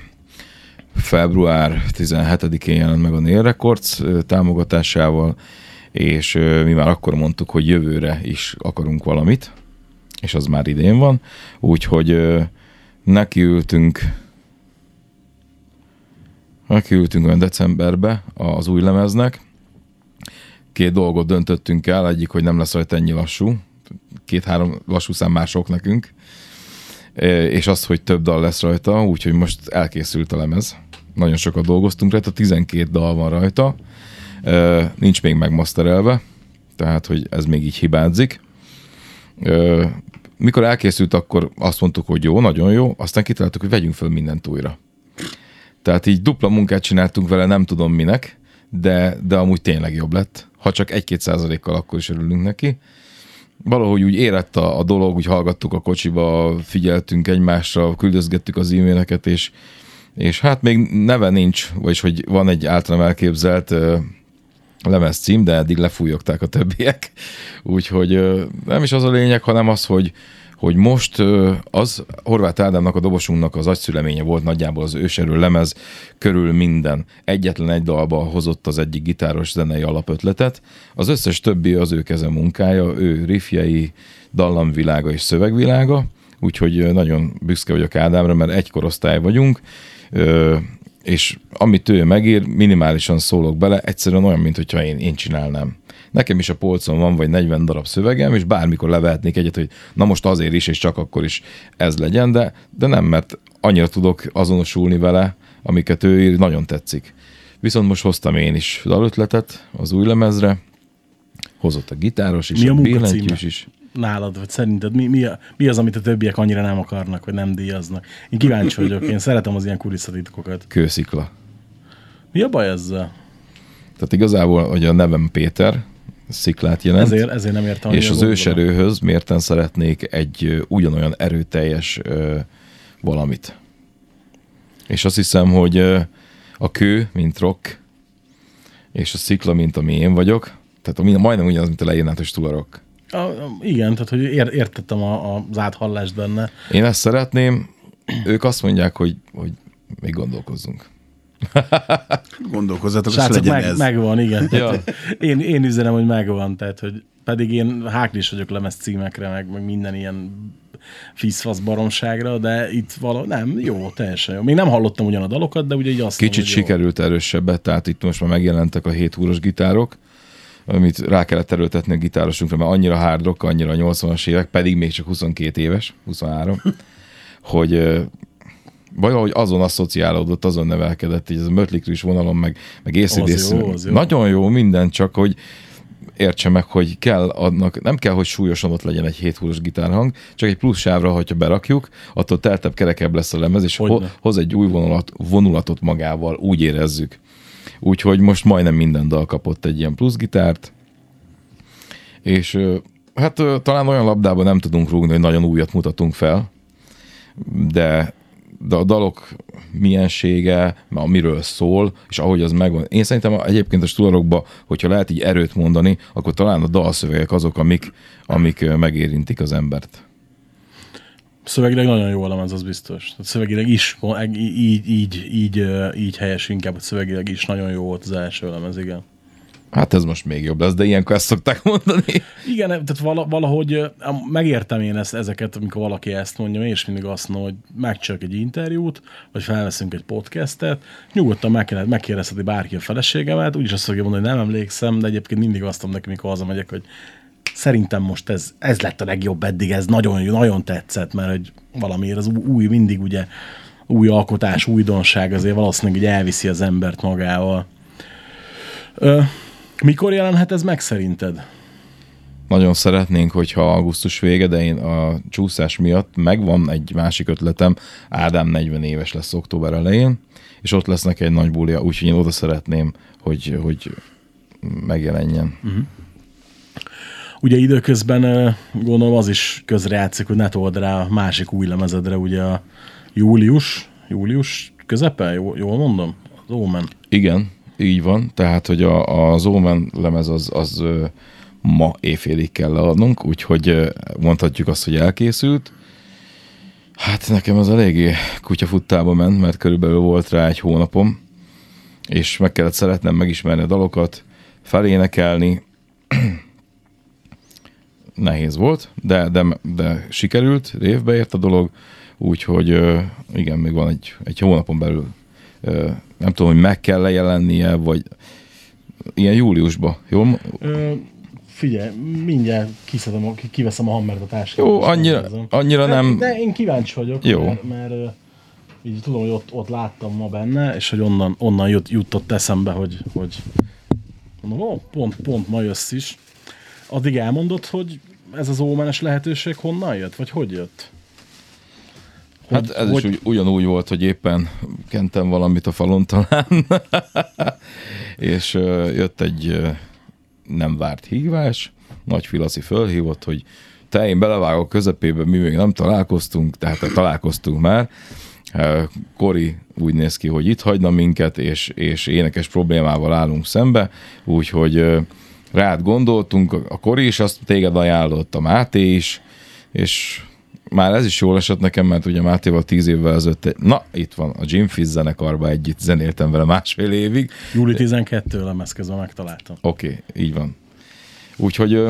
Speaker 5: február 17-én jelent meg a Nail Records támogatásával, és mi már akkor mondtuk, hogy jövőre is akarunk valamit, és az már idén van, úgyhogy nekiültünk olyan decemberbe az új lemeznek. 2 dolgot döntöttünk el, egyik, hogy nem lesz rajta ennyi lassú, 2-3 lassú szám már sok nekünk, és azt, hogy több dal lesz rajta, úgyhogy most elkészült a lemez. Nagyon sokat dolgoztunk rajta, 12 dal van rajta, nincs még megmasterelve, tehát, hogy ez még így hibázik. Mikor elkészült, akkor azt mondtuk, hogy jó, nagyon jó, aztán kitaláltuk, hogy vegyünk föl mindent újra. Tehát így dupla munkát csináltunk vele, nem tudom minek, de amúgy tényleg jobb lett. Ha csak 1-2%-kal, akkor is örülünk neki. Valahogy úgy érett a dolog, úgy hallgattuk a kocsiba, figyeltünk egymásra, küldözgettük az e-maileket, és hát még neve nincs, vagyis hogy van egy általam elképzelt lemez cím, de eddig lefújogták a többiek. Úgyhogy nem is az a lényeg, hanem az, hogy most az Horváth Ádámnak, a dobosunknak az agyszüleménye volt nagyjából az őserő lemez körül minden. Egyetlen egy dalba hozott az egyik gitáros zenei alapötletet. Az összes többi az ő keze munkája, ő riffjei, dallamvilága és szövegvilága, úgyhogy nagyon büszke vagyok Ádámra, mert egy korosztály vagyunk, és amit ő megír, minimálisan szólok bele, egyszerűen olyan, mintha én csinálnám. Nekem is a polcon van vagy 40 darab szövegem, és bármikor levehetnék egyet, hogy na most azért is, és csak akkor is ez legyen, de nem, mert annyira tudok azonosulni vele, amiket ő ír, nagyon tetszik. Viszont most hoztam én is dalötletet az új lemezre, hozott a gitáros is, a billentyűs is.
Speaker 4: Nálad, vagy szerinted mi az, amit a többiek annyira nem akarnak, vagy nem díjaznak? Én kíváncsi vagyok, én szeretem az ilyen kulisszatitkokat.
Speaker 5: Kőszikla.
Speaker 4: Mi a baj ezzel?
Speaker 5: Tehát igazából, hogy a nevem Péter, sziklát jelent.
Speaker 4: Ezért nem értem.
Speaker 5: És az őserőhöz mérten szeretnék egy ugyanolyan erőteljes valamit. És azt hiszem, hogy a kő, mint rock, és a szikla, mint ami én vagyok, tehát majdnem ugyanaz, mint a leírnátos Stula Rock.
Speaker 4: Igen, tehát hogy értettem az áthallást benne.
Speaker 5: Én ezt szeretném, ők azt mondják, hogy még gondolkozzunk.
Speaker 2: Gondolkozzatok, és
Speaker 4: Srácok,
Speaker 2: legyen ez.
Speaker 4: megvan, igen.
Speaker 5: Ja.
Speaker 4: Én üzenem, hogy megvan, tehát hogy pedig én háklis vagyok lemez címekre, meg minden ilyen fízfasz baromságra, de itt nem, jó, teljesen jó. Még nem hallottam ugyan a dalokat, de ugye így azt
Speaker 5: Kicsit
Speaker 4: mondom,
Speaker 5: sikerült erősebbet, tehát itt most már megjelentek a 7 húros gitárok, amit rá kellett erőltetni a gitárosunkra, mert annyira hard rock, annyira a 80-as évek, pedig még csak 22 éves, 23, hogy valahogy azon asszociálódott, azon nevelkedett, így ez a Mötley Crüe vonalon, meg AC/DC. Nagyon jó minden, csak hogy értse meg, hogy kell adnak, nem kell, hogy súlyosan ott legyen egy 7 húros gitárhang, csak egy plusz sávra, hogyha berakjuk, attól teltebb, kerekebb lesz a lemez, és hoz egy új vonulatot magával, úgy érezzük. Úgyhogy most majdnem minden dal kapott egy ilyen plusz gitárt, és hát talán olyan labdában nem tudunk rúgni, hogy nagyon újat mutatunk fel, de a dalok miensége, miről szól, és ahogy az megvan. Én szerintem egyébként a Stula Rockba, hogyha lehet így erőt mondani, akkor talán a dalszövegek azok, amik megérintik az embert.
Speaker 4: Szövegileg nagyon jó a lemez, az biztos. Tehát szövegileg is, így helyes inkább, hogy szövegileg is nagyon jó volt az első lemez, igen.
Speaker 5: Hát ez most még jobb lesz, de ilyenkor ezt szokták mondani.
Speaker 4: Igen, tehát valahogy megértem én ezeket, amikor valaki ezt mondja, és mindig azt mondom, hogy megcsinálok egy interjút, vagy felveszünk egy podcastet, nyugodtan megkérdezheti bárki a feleségemet, úgyis azt fogja mondani, hogy nem emlékszem, de egyébként mindig azt mondom neki, mikor hazamegyek, hogy szerintem most ez lett a legjobb eddig, ez nagyon, nagyon tetszett, mert hogy valamiért az új, mindig ugye új alkotás, újdonság azért valószínűleg elviszi az embert magával. Mikor jelenhet ez meg szerinted?
Speaker 5: Nagyon szeretnénk, hogyha augusztus vége, de én a csúszás miatt megvan egy másik ötletem, Ádám 40 éves lesz október elején, és ott lesz neki egy nagy bulia, úgyhogy én oda szeretném, hogy megjelenjen. Uh-huh.
Speaker 4: Ugye időközben gondolom az is közrejátszik, hogy ne told rá a másik új lemezedre, ugye a július közepe, jól mondom? Az Omen.
Speaker 5: Igen, így van, tehát hogy az Omen lemez az ma éjfélig kell leadnunk, úgyhogy mondhatjuk azt, hogy elkészült. Hát nekem az eléggé kutyafuttába ment, mert körülbelül volt rá egy hónapom, és meg kellett szeretnem megismerni a dalokat, felénekelni. Nehéz volt, de sikerült, révbe ért a dolog, úgyhogy igen, még van egy hónapon belül. Nem tudom, hogy meg kell lejelennie, vagy ilyen júliusban, jól?
Speaker 4: Figyelj, mindjárt kiveszem a hammert a táskát.
Speaker 5: Jó, annyira nem...
Speaker 4: De én kíváncsi vagyok,
Speaker 5: jó.
Speaker 4: Mert így tudom, hogy ott láttam ma benne, és hogy onnan jutott eszembe, hogy mondom, pont ma jössz is. Addig elmondod, hogy ez az ómenes lehetőség honnan jött? Vagy hogy jött?
Speaker 5: Hát ez is ugyanúgy volt, hogy éppen kentem valamit a falon talán, és jött egy nem várt hívás, Nagy Filaci fölhívott, hogy én belevágok közepébe, mi még nem találkoztunk, tehát találkoztunk már. Kori úgy néz ki, hogy itt hagyna minket, és énekes problémával állunk szembe, úgyhogy rád gondoltunk, a Kori is azt téged ajánlott, a Máté is, és már ez is jól esett nekem, mert ugye Mátéval 10 évvel ezelőtt, itt van, a Jim Fizz zenekarba együtt zenéltem vele 1,5 évig.
Speaker 4: Júli 12 lemezkezve megtaláltam.
Speaker 5: Oké, így van. Úgyhogy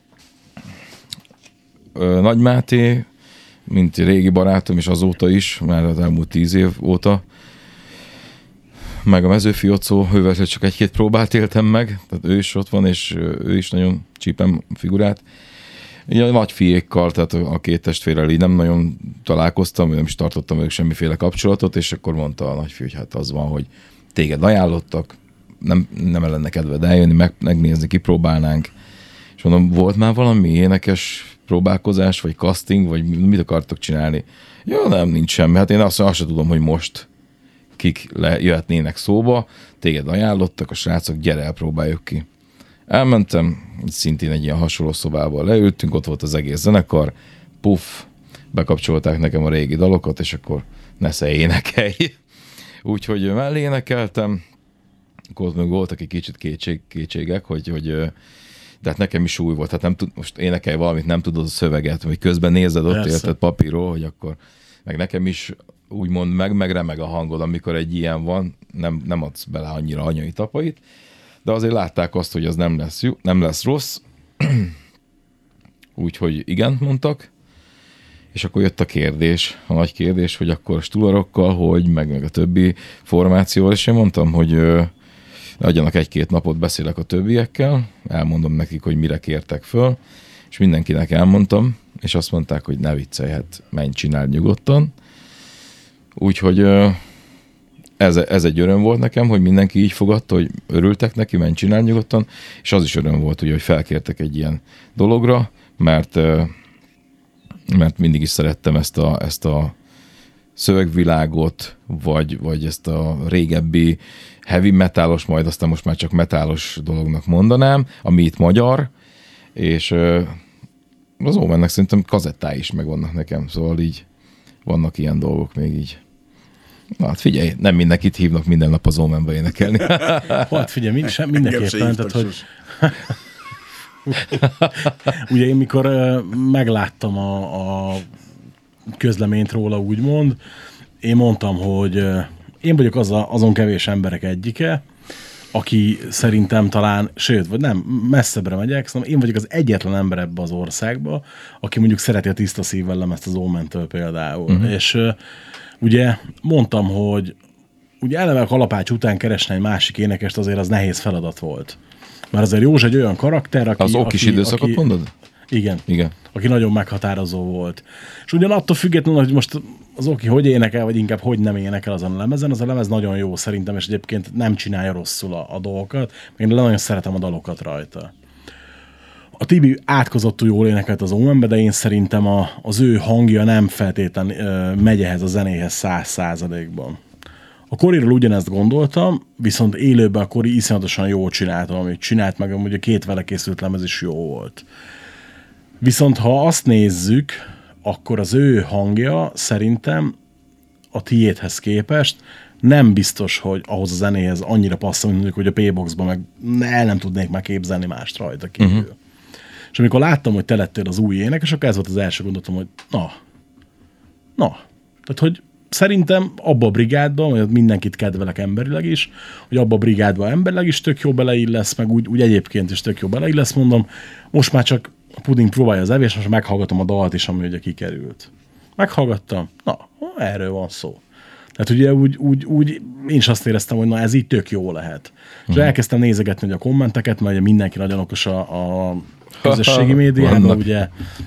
Speaker 5: Nagy Máté, mint régi barátom, és azóta is, már az elmúlt 10 év óta, meg a Mezőfiocó, ővel csak 1-2 próbát éltem meg, tehát ő is ott van, és ő is nagyon csípem figurát. Így a nagyfiékkal, tehát a 2 testvérrel így nem nagyon találkoztam, nem is tartottam velük semmiféle kapcsolatot, és akkor mondta a nagyfiú, hogy hát az van, hogy téged ajánlottak, nem lenne kedved eljönni, megnézni, kipróbálnánk. És mondom, volt már valami énekes próbálkozás, vagy casting, vagy mit akartok csinálni? Ja, nem, nincs semmi. Hát én azt sem tudom, hogy most kik jöhetnének szóba, téged ajánlottak, a srácok, gyere, elpróbáljuk ki. Elmentem, szintén egy ilyen hasonló szobába leültünk, ott volt az egész zenekar, puff, bekapcsolták nekem a régi dalokat, és akkor nesze énekelj. Úgyhogy mellé énekeltem, akkor még voltak egy kicsit kétségek, hogy de hát nekem is új volt, hát nem tud, most énekelj valamit, nem tudod a szöveget, vagy közben nézed ott, érted papírról, hogy akkor, meg nekem is úgymond meg remeg a hangod, amikor egy ilyen van, nem adsz bele annyira anyai tapait, de azért látták azt, hogy az nem lesz jó, nem lesz rossz, úgyhogy igen mondtak, és akkor jött a kérdés, a nagy kérdés, hogy akkor stularokkal, hogy meg a többi formációval, és én mondtam, hogy adjanak 1-2 napot, beszélek a többiekkel, elmondom nekik, hogy mire kértek föl, és mindenkinek elmondtam, és azt mondták, hogy ne viccelj, hát menj, csináld nyugodtan. Úgyhogy ez egy öröm volt nekem, hogy mindenki így fogadta, hogy örültek neki, menj, csináld nyugodtan, és az is öröm volt, ugye, hogy felkértek egy ilyen dologra, mert mindig is szerettem ezt a szövegvilágot, vagy ezt a régebbi heavy metalos, majd aztán most már csak metalos dolognak mondanám, ami itt magyar, és az Omennek szerintem kazettái is megvannak nekem, szóval így vannak ilyen dolgok még így. Na hát figyelj, nem mindenkit hívnak minden nap az Omenbe énekelni.
Speaker 4: Hát figyelj, mindenképpen, tehát hogy... Ugye én mikor megláttam a közleményt róla, úgymond, én mondtam, hogy én vagyok azon kevés emberek egyike, aki szerintem talán, sőt, vagy nem, messzebbre megyek, szóval én vagyok az egyetlen ember ebbe az országba, aki mondjuk szereti a tiszta szívvel lemezt az Omentől például. És ugye mondtam, hogy ugye eleve a Kalapács után keresni egy másik énekest azért az nehéz feladat volt. Mert azért Józs egy olyan karakter, aki...
Speaker 5: Az okis időszakot mondod?
Speaker 4: Igen. Aki nagyon meghatározó volt. És ugyanattól függetlenül, hogy most az Oki hogy énekel, vagy inkább hogy nem énekel azon a lemezen, az a lemez nagyon jó szerintem, és egyébként nem csinálja rosszul a dolgokat, meg én nagyon szeretem a dalokat rajta. A Tibi átkozottul jól énekelt az Omenbe, de én szerintem az ő hangja nem feltétlen megy ehhez a zenéhez 100%-ban. A Koriról ugyanezt gondoltam, viszont élőben a Kori iszonyatosan jól csinálta, amit csinált, meg amúgy a 2 vele készült lemez is jó volt. Viszont ha azt nézzük, akkor az ő hangja szerintem a tiédhez képest nem biztos, hogy ahhoz a zenéhez annyira passzol, mint mondjuk, hogy a P-Boxban meg nem tudnék már képzelni mást rajta kívül. És amikor láttam, hogy te lettél az új énekes, akkor ez volt az első gondolatom, hogy na. Tehát, hogy szerintem abba a brigádban, vagy mindenkit kedvelek emberileg is, hogy abba a brigádban emberileg is tök jó beleillesz, meg úgy egyébként is tök jó beleillesz, mondom, most már csak a puding próbálja az evés, most meghallgatom a dalt is, ami ugye kikerült. Meghallgattam, erről van szó. Tehát ugye úgy én is azt éreztem, hogy ez így tök jó lehet. És elkezdtem nézegetni ugye a kommenteket, mert ugye mindenki nagyon okos a közösségi médiában, ugye.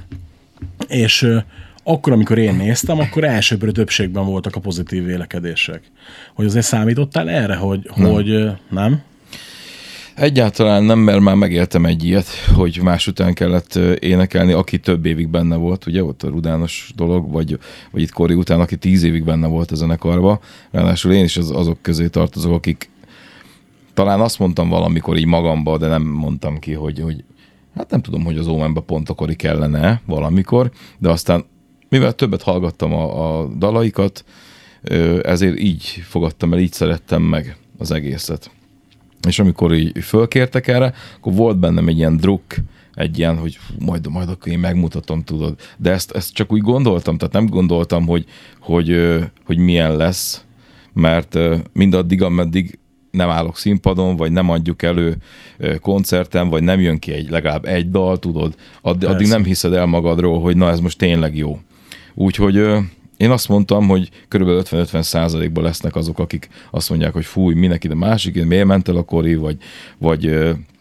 Speaker 4: És akkor, amikor én néztem, akkor elsőbbre többségben voltak a pozitív vélekedések. Hogy azért számítottál erre, hogy nem?
Speaker 5: Egyáltalán nem, mert már megéltem egy ilyet, hogy más után kellett énekelni, aki több évig benne volt, ugye, ott a Rudános dolog, vagy itt Kori után, aki 10 évig benne volt a zenekarba. Ráadásul én is azok közé tartozok, akik talán azt mondtam valamikor így magamba, de nem mondtam ki, hogy hát nem tudom, hogy az Omenbe pont a Kori kellene valamikor, de aztán mivel többet hallgattam a dalaikat, ezért így fogadtam el, így szerettem meg az egészet. És amikor így fölkértek erre, akkor volt bennem egy ilyen druk, egy ilyen, hogy majd akkor én megmutatom, tudod. De ezt csak úgy gondoltam, tehát nem gondoltam, hogy milyen lesz, mert mindaddig, ameddig nem állok színpadon, vagy nem adjuk elő koncerten, vagy nem jön ki legalább egy dal, tudod, addig nem hiszed el magadról, hogy na ez most tényleg jó. Úgyhogy én azt mondtam, hogy körülbelül 50-50%-ban lesznek azok, akik azt mondják, hogy fúj, mindenki, de másik, miért ment el a Kori, vagy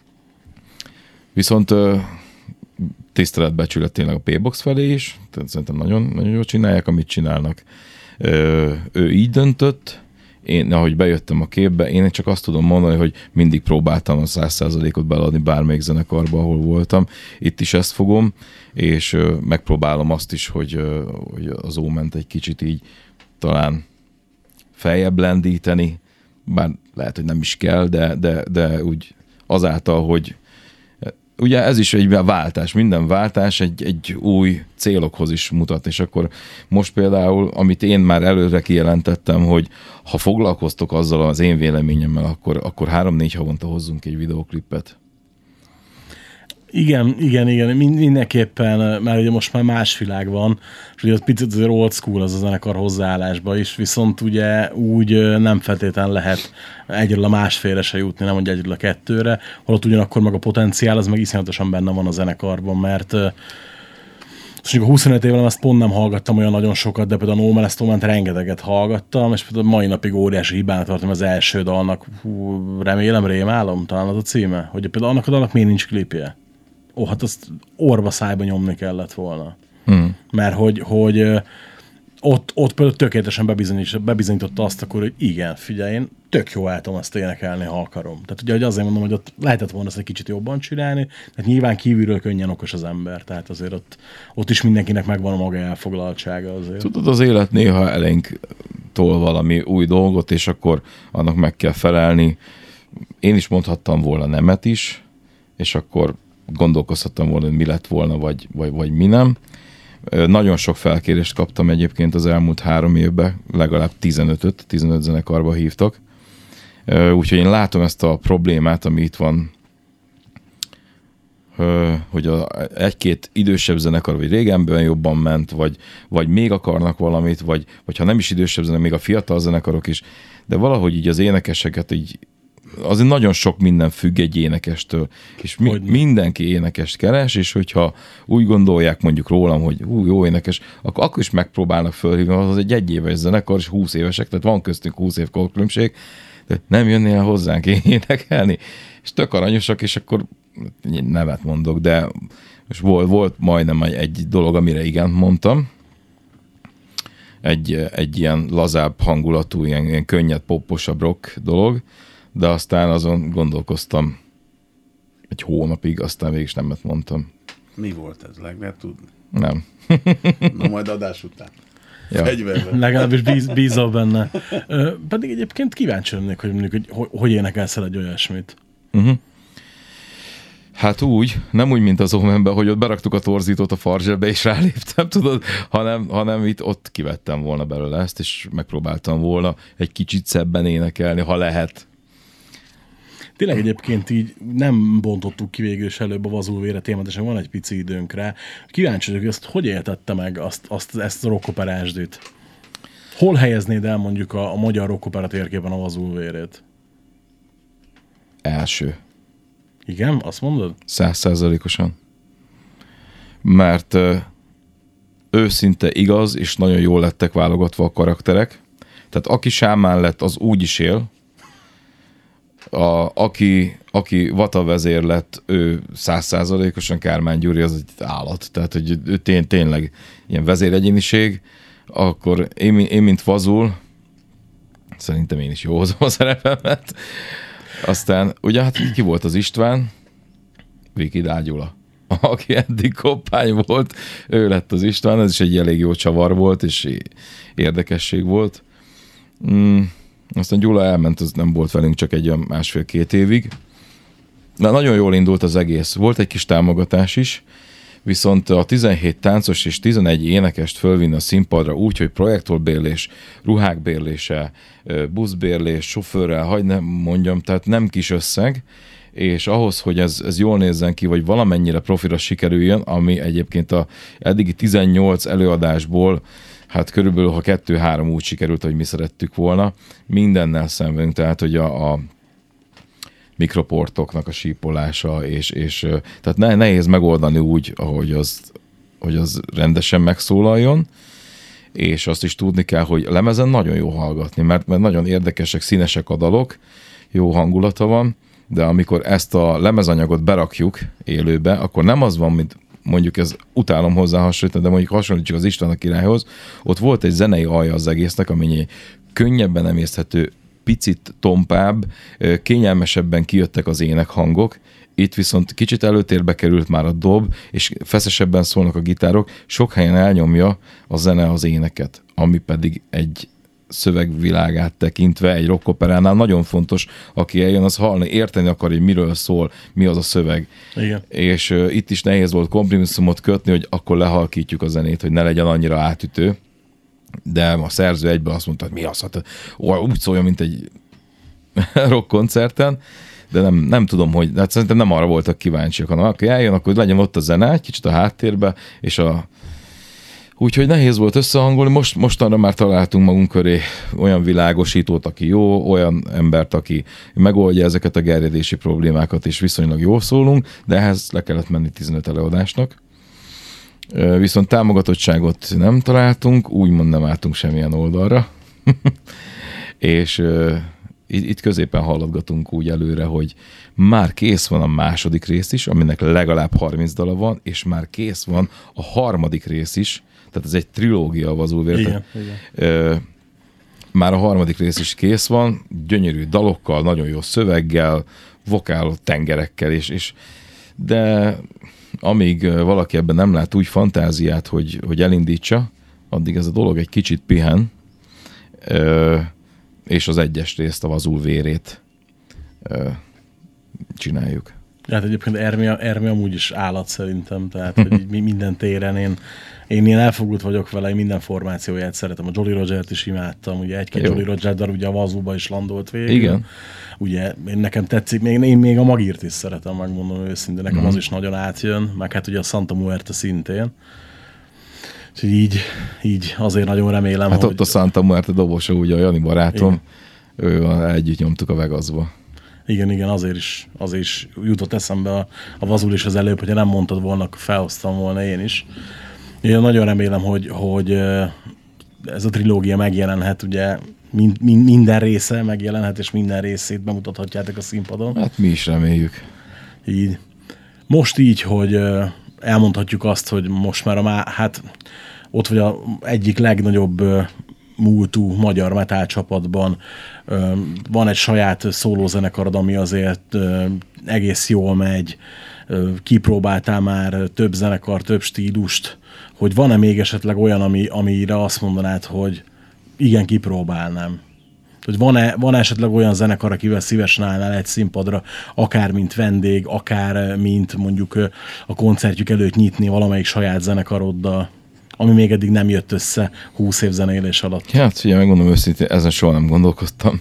Speaker 5: viszont tiszteletbecsület tényleg a P-Box felé is, tehát szerintem nagyon, nagyon jól csinálják, amit csinálnak. Ő így döntött, én, ahogy bejöttem a képbe, én csak azt tudom mondani, hogy mindig próbáltam a 100%-ot beleadni bármelyik zenekarba, ahol voltam. Itt is ezt fogom, és megpróbálom azt is, hogy az Oment egy kicsit így talán feljebb lendíteni, bár lehet, hogy nem is kell, de úgy azáltal, hogy ugye ez is egy váltás, minden váltás egy új célokhoz is mutat, és akkor most például, amit én már előre kijelentettem, hogy ha foglalkoztok azzal az én véleményemmel, akkor 3-4 havonta hozzunk egy videóklipet.
Speaker 4: Igen, mindenképpen, mert ugye most már más világ van, és ugye ott picit azért old school az a zenekar hozzáállásba is, viszont ugye úgy nem feltétlenül lehet egyről a másfélre se jutni, nem mondja egyről a kettőre, holott ugyanakkor meg a potenciál, az meg iszonyatosan benne van a zenekarban, mert mondjuk a 25 évvel ezt pont nem hallgattam olyan nagyon sokat, de például a No Man Est Moment rengeteget hallgattam, és például mai napig óriási hibának tartom az első dalnak, remélem, rémálom, talán az a címe, hogy például annak a dalnak miért nincs klipje. Hát azt orva szájba nyomni kellett volna. Mert hogy ott például tökéletesen bebizonyította azt akkor, hogy igen, figyelj, én tök jó el tudom azt énekelni, ha akarom. Tehát ugye azért mondom, hogy ott lehetett volna ezt egy kicsit jobban csinálni, tehát nyilván kívülről könnyen okos az ember, tehát azért ott is mindenkinek megvan a maga elfoglaltsága azért.
Speaker 5: Tudod, az élet néha elénk tol valami új dolgot, és akkor annak meg kell felelni. Én is mondhattam volna nemet is, és akkor gondolkozhattam volna, hogy mi lett volna, vagy mi nem. Nagyon sok felkérést kaptam egyébként az elmúlt 3 évben, legalább 15 zenekarba hívtak. Úgyhogy én látom ezt a problémát, ami itt van, hogy egy-két idősebb zenekar, vagy régenben jobban ment, vagy még akarnak valamit, vagy ha nem is idősebb zenekar, még a fiatal zenekarok is, de valahogy így az énekeseket így azért nagyon sok minden függ egy énekestől, és mindenki énekest keres, és hogyha úgy gondolják mondjuk rólam, hogy jó énekes, akkor is megpróbálnak fölhívni, az egy éves zenekar, és 20 évesek, tehát van köztünk 20 év különbség, de nem jönnél hozzánk énekelni, és tök aranyosak, és akkor nevet mondok, de most volt majdnem egy dolog, amire igen mondtam, egy ilyen lazább hangulatú, ilyen könnyed, popposabb rock dolog, de aztán azon gondolkoztam egy hónapig, aztán végig is nemet mondtam.
Speaker 2: Mi volt ez? Meg lehet tudni?
Speaker 5: Nem.
Speaker 2: Na majd adás után.
Speaker 5: Ja.
Speaker 4: Legalábbis bízol benne. Pedig egyébként kíváncsi lennék, hogy mondjuk, hogy énekelsz el egy olyasmit.
Speaker 5: Hát úgy, nem úgy, mint az Omenben, hogy ott beraktuk a torzítót a farzsebbe, és ráléptem, tudod, hanem ott kivettem volna belőle ezt, és megpróbáltam volna egy kicsit szebben énekelni, ha lehet.
Speaker 4: Tényleg egyébként így nem bontottuk ki végül is előbb a Vazulvére témát, és van egy pici időnk rá. Kíváncsi vagyok, hogy ezt hogy éltette meg ezt a rockoperásdit? Hol helyeznéd el mondjuk a magyar rockopera térképen a Vazulvérét?
Speaker 5: Első.
Speaker 4: Igen? Azt mondod?
Speaker 5: 100%-osan. Mert őszinte igaz, és nagyon jól lettek válogatva a karakterek. Tehát aki sámán lett, az úgy is él. Aki Vata vezér lett, ő 100%-osan, Kármán Gyuri az egy állat. Tehát, hogy ő tényleg ilyen vezéregyéniség. Akkor én mint Vazul, szerintem én is jó hozom a szerepemet. Aztán, ugye hát ki volt az István? Viki Dágyula. Aki eddig koppány volt, ő lett az István, ez is egy elég jó csavar volt, és érdekesség volt. Aztán Gyula elment, az nem volt velünk csak egy 1,5-2 évig. De nagyon jól indult az egész. Volt egy kis támogatás is, viszont a 17 táncos és 11 énekest fölvinni a színpadra úgy, hogy projektorbérlés, ruhák bérlése, buszbérlés, sofőrrel, hagy nem mondjam, tehát nem kis összeg, és ahhoz, hogy ez jól nézzen ki, vagy valamennyire profira sikerüljön, ami egyébként a eddigi 18 előadásból, hát körülbelül, ha 2-3 úgy sikerült, hogy mi szerettük volna, mindennel szemben, tehát hogy a mikroportoknak a sípolása, és tehát nehéz megoldani úgy, hogy az rendesen megszólaljon, és azt is tudni kell, hogy a lemezen nagyon jó hallgatni, mert nagyon érdekesek, színesek a dalok, jó hangulata van, de amikor ezt a lemezanyagot berakjuk élőbe, akkor nem az van, mint mondjuk ez utálom hozzá hasonlítani, de mondjuk hasonlítsuk az István a királyhoz, ott volt egy zenei alja az egésznek, ami könnyebben emészthető, picit tompább, kényelmesebben kijöttek az énekhangok, itt viszont kicsit előtérbe került már a dob, és feszesebben szólnak a gitárok, sok helyen elnyomja a zene az éneket, ami pedig egy szövegvilágát tekintve egy rockoperánál nagyon fontos, aki eljön, az hallani, érteni akar, hogy miről szól, mi az a szöveg.
Speaker 4: Igen.
Speaker 5: És itt is nehéz volt kompromisszumot kötni, hogy akkor lehalkítjuk a zenét, hogy ne legyen annyira átütő. De a szerző egyből azt mondta, hogy mi az, hát úgy szóljon, mint egy rock koncerten, de nem tudom, hogy, hát szerintem nem arra voltak kíváncsiak, hanem akkor eljön, akkor legyen ott a zene, egy kicsit a háttérbe, és úgyhogy nehéz volt összehangolni, mostanra már találtunk magunk köré olyan világosítót, aki jó, olyan embert, aki megoldja ezeket a gerjedési problémákat, és viszonylag jól szólunk, de ehhez le kellett menni 15 előadásnak. Viszont támogatottságot nem találtunk, úgymond nem álltunk semmilyen oldalra. És itt középen haladgatunk úgy előre, hogy már kész van a második rész is, aminek legalább 30 dala van, és már kész van a harmadik rész is, tehát ez egy trilógia a Vazulvér.
Speaker 4: Igen.
Speaker 5: Már a harmadik rész is kész van, gyönyörű dalokkal, nagyon jó szöveggel, vokál tengerekkel, de amíg valaki ebben nem lát úgy fantáziát, hogy elindítsa, addig ez a dolog egy kicsit pihen, és az egyes részt, a Vazulvérét csináljuk.
Speaker 4: Hát egyébként Ermi amúgy is állat szerintem, tehát hogy így minden téren én ilyen elfogult vagyok vele, én minden formációját szeretem. A Jolly Rogert is imádtam, ugye egy-két Jolly Roger darab ugye a Vazulba is landolt végül.
Speaker 5: Igen.
Speaker 4: Ugye nekem tetszik, én még a Magírt is szeretem, megmondom őszintén, nekem az is nagyon átjön, meg hát ugye a Santa Muerte szintén. Úgyhogy így azért nagyon remélem,
Speaker 5: hát
Speaker 4: hogy...
Speaker 5: ott a Santa Muerte dobosa, ugye a Jani barátom, együtt nyomtuk a Vegasba.
Speaker 4: Igen, azért is jutott eszembe a Vazul is az előbb, hogyha nem mondtad volna, akkor felhoztam volna én is. Én nagyon remélem, hogy ez a trilógia megjelenhet, ugye minden része megjelenhet, és minden részét bemutathatjátok a színpadon.
Speaker 5: Hát mi is reméljük.
Speaker 4: Így. Most így, hogy elmondhatjuk azt, hogy most már hát ott vagy a egyik legnagyobb múltú magyar metal csapatban van egy saját szólózenekarod, ami azért egész jól megy, kipróbáltál már több zenekar, több stílust, hogy van-e még esetleg olyan, amire azt mondanád, hogy igen, kipróbálnám. Hogy van esetleg olyan zenekar, akivel szívesen állnál egy színpadra, akár mint vendég, akár mint mondjuk a koncertjük előtt nyitni valamelyik saját zenekaroddal, ami még eddig nem jött össze 20 év zenélés alatt.
Speaker 5: Hát figyelj, megmondom őszintén, ezen soha nem gondolkoztam.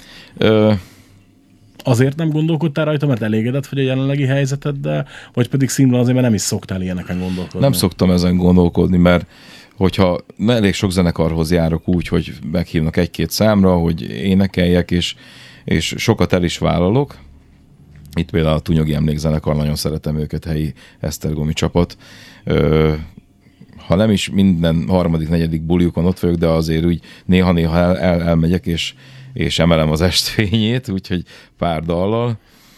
Speaker 4: Azért nem gondolkodtál rajta, mert elégedett vagy a jelenlegi helyzeteddel, vagy pedig színvonal azért, mert nem is szoktál ilyeneken gondolkodni? Nem
Speaker 5: szoktam ezen gondolkodni, mert hogyha elég sok zenekarhoz járok úgy, hogy meghívnak egy-két számra, hogy énekeljek, és sokat el is vállalok. Itt például a Tunyogi Emlékzenekar, nagyon szeretem őket, helyi esztergomi csapat. Ha nem is minden harmadik, negyedik buliukon ott vagyok, de azért úgy néha-néha elmegyek, és emelem az estfényét, úgyhogy pár dallal.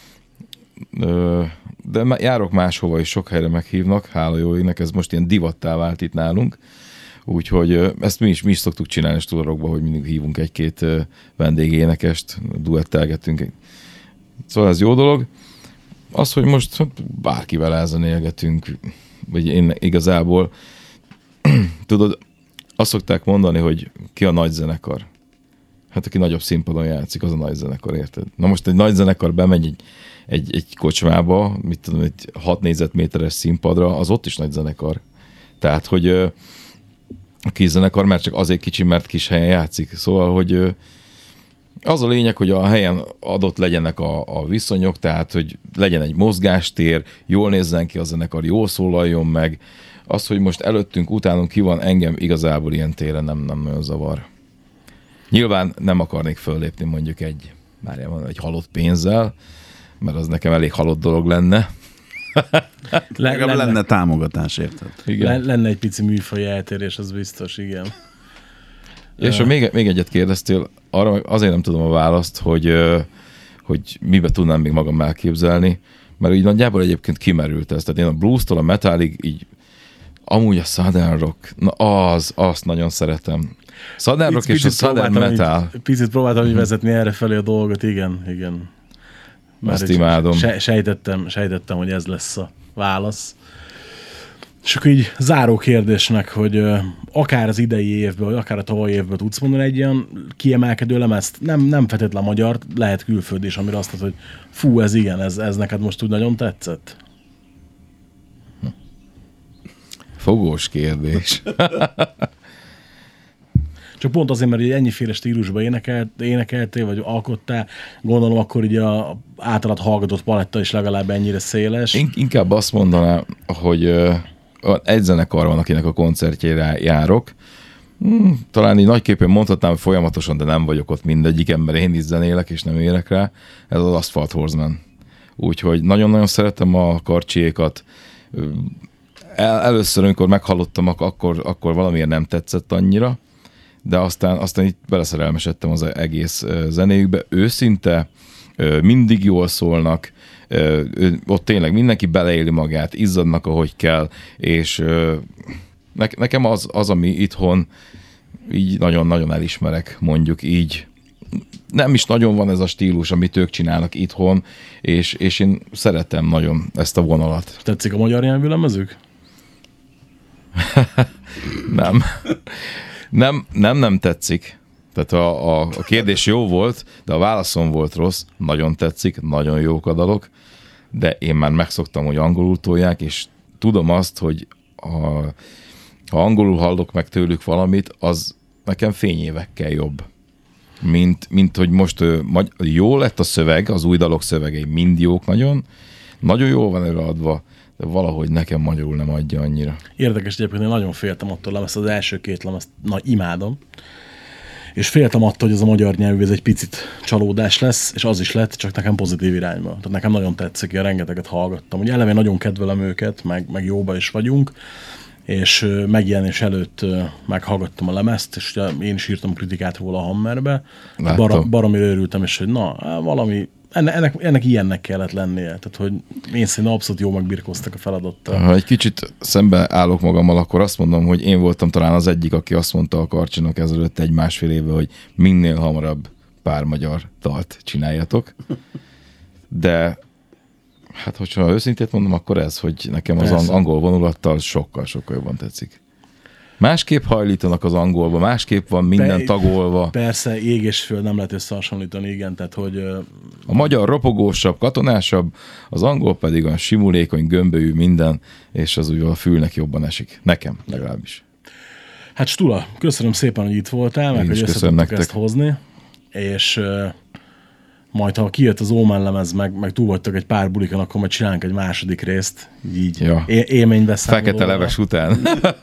Speaker 5: De járok máshova is, sok helyre meghívnak, hála jó égnek, ez most ilyen divattá vált itt nálunk. Úgyhogy ezt mi is szoktuk csinálni stúdiókban, hogy mindig hívunk egy-két vendégénekest, duettelgetünk. Szóval ez jó dolog. Az, hogy most bárkivel elzenélgetünk, vagy én igazából, tudod, azt szokták mondani, hogy ki a nagy zenekar. Hát aki nagyobb színpadon játszik, az a nagy zenekar, érted? Na most egy nagy zenekar bemegy egy kocsmába, mit tudom, egy 6 négyzetméteres színpadra, az ott is nagy zenekar. Tehát, hogy a kis zenekar már csak azért kicsi, mert kis helyen játszik. Szóval, hogy az a lényeg, hogy a helyen adott legyenek a viszonyok, tehát, hogy legyen egy mozgástér, jól nézzen ki a zenekar, jól szólaljon meg. Az, hogy most előttünk, utánunk ki van, engem igazából ilyen téren nem nagyon zavar. Nyilván nem akarnék föllépni mondjuk egy halott pénzzel, mert az nekem elég halott dolog lenne.
Speaker 2: Lenne támogatás, érted?
Speaker 5: Igen.
Speaker 4: Lenne egy pici műfaj eltérés, az biztos, igen.
Speaker 5: És még egyet kérdeztél, arra azért nem tudom a választ, hogy mibe tudnám még magam elképzelni, mert így nagyjából egyébként kimerült ez. Tehát én a blues-tól a metalig így amúgy a Southern Rock, na azt nagyon szeretem. Southern Rock és a Southern Metal.
Speaker 4: Picit próbáltam vezetni erre felé a dolgot, igen.
Speaker 5: Azt imádom.
Speaker 4: Sejtettem, hogy ez lesz a válasz. És akkor így záró kérdésnek, hogy akár az idei évből, vagy akár a tavalyi évből tudsz mondani egy ilyen kiemelkedő lemezt, nem feltétlen magyar, lehet külföldi is, amire azt mondod, hogy fú, ez igen, ez neked most úgy nagyon tetszett?
Speaker 5: Fogós kérdés.
Speaker 4: Csak pont azért, mert ennyiféle stílusban énekeltél, vagy alkottál, gondolom akkor így a általad hallgatott paletta is legalább ennyire széles.
Speaker 5: Inkább azt mondanám, hogy egy zenekar van, akinek a koncertjére járok. Talán így nagyképpen mondhatnám folyamatosan, de nem vagyok ott mindegyik ember, én is zenélek, és nem érek rá. Ez az Asphalt Horseman. Úgyhogy nagyon-nagyon szeretem a Karcsiékat. Először, amikor meghallottam, akkor valamiért nem tetszett annyira, de aztán így beleszerelmesedtem az egész zenéjükbe. Őszinte, mindig jól szólnak, ott tényleg mindenki beleéli magát, izzadnak, ahogy kell, és nekem az, ami itthon így nagyon-nagyon elismerek, mondjuk így. Nem is nagyon van ez a stílus, amit ők csinálnak itthon, és én szeretem nagyon ezt a vonalat.
Speaker 4: Tetszik a magyar nyelvű lemezük?
Speaker 5: Nem tetszik. Tehát a kérdés jó volt, de a válaszom volt rossz. Nagyon tetszik, nagyon jók a dalok, de én már megszoktam, hogy angolul tolják, és tudom azt, hogy ha angolul hallok meg tőlük valamit, az nekem fényévekkel jobb. Mint hogy most jó lett a szöveg, az új dalok szövegei mind jók nagyon jól van előadva, de valahogy nekem magyarul nem adja annyira.
Speaker 4: Érdekes, egyébként én nagyon féltem attól, lemezt az első két lemezt imádom, és féltem attól, hogy ez a magyar nyelvű ez egy picit csalódás lesz, és az is lett, csak nekem pozitív irányba. Tehát nekem nagyon tetszik, én rengeteget hallgattam. Ugye eleve nagyon kedvelem őket, meg jóba is vagyunk, és megjelenés előtt meghallgattam a lemezt, és ugye én is írtam kritikát róla a Hammerbe. Baromira örültem, és hogy valami ennek ilyennek kellett lennie. Tehát, hogy én szerintem abszolút jól megbirkóztak a feladattal.
Speaker 5: Ha egy kicsit szembe állok magammal, akkor azt mondom, hogy én voltam talán az egyik, aki azt mondta a Karcsinak ezelőtt 1-1,5 éve, hogy minél hamarabb pár magyar dalt csináljatok. De hát, hogyha őszintét mondom, akkor ez, hogy nekem az angol vonulattal sokkal-sokkal jobban tetszik. Másképp hajlítanak az angolba, másképp van minden tagolva.
Speaker 4: Persze, ég és föld nem lehet összehasonlítani, igen, tehát hogy...
Speaker 5: A magyar ropogósabb, katonásabb, az angol pedig olyan simulékony, gömbölyű minden, és az úgy a fülnek jobban esik. Nekem legalábbis.
Speaker 4: Hát Stula, köszönöm szépen, hogy itt voltál, meg hogy összetudtuk ezt hozni, és majd ha kijött az Omen lemez, meg túl vagytok egy pár bulikon, akkor majd csinálunk egy második részt, így élménybeszámolóval.
Speaker 5: Fekete leves után.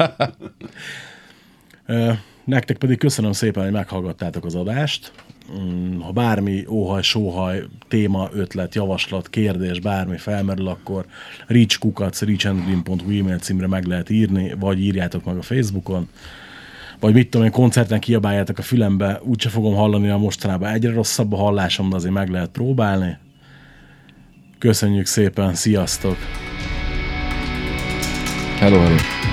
Speaker 4: Nektek pedig köszönöm szépen, hogy meghallgattátok az adást. Ha bármi óhaj, sóhaj, téma, ötlet, javaslat, kérdés, bármi felmerül, akkor reachkukacreachandream.hu e-mail címre meg lehet írni, vagy írjátok meg a Facebookon, vagy mit tudom én, koncerten kiabáljátok a fülembe, úgyse fogom hallani, a mostanában egyre rosszabb a hallásom, de azért meg lehet próbálni. Köszönjük szépen, sziasztok!
Speaker 5: Hello.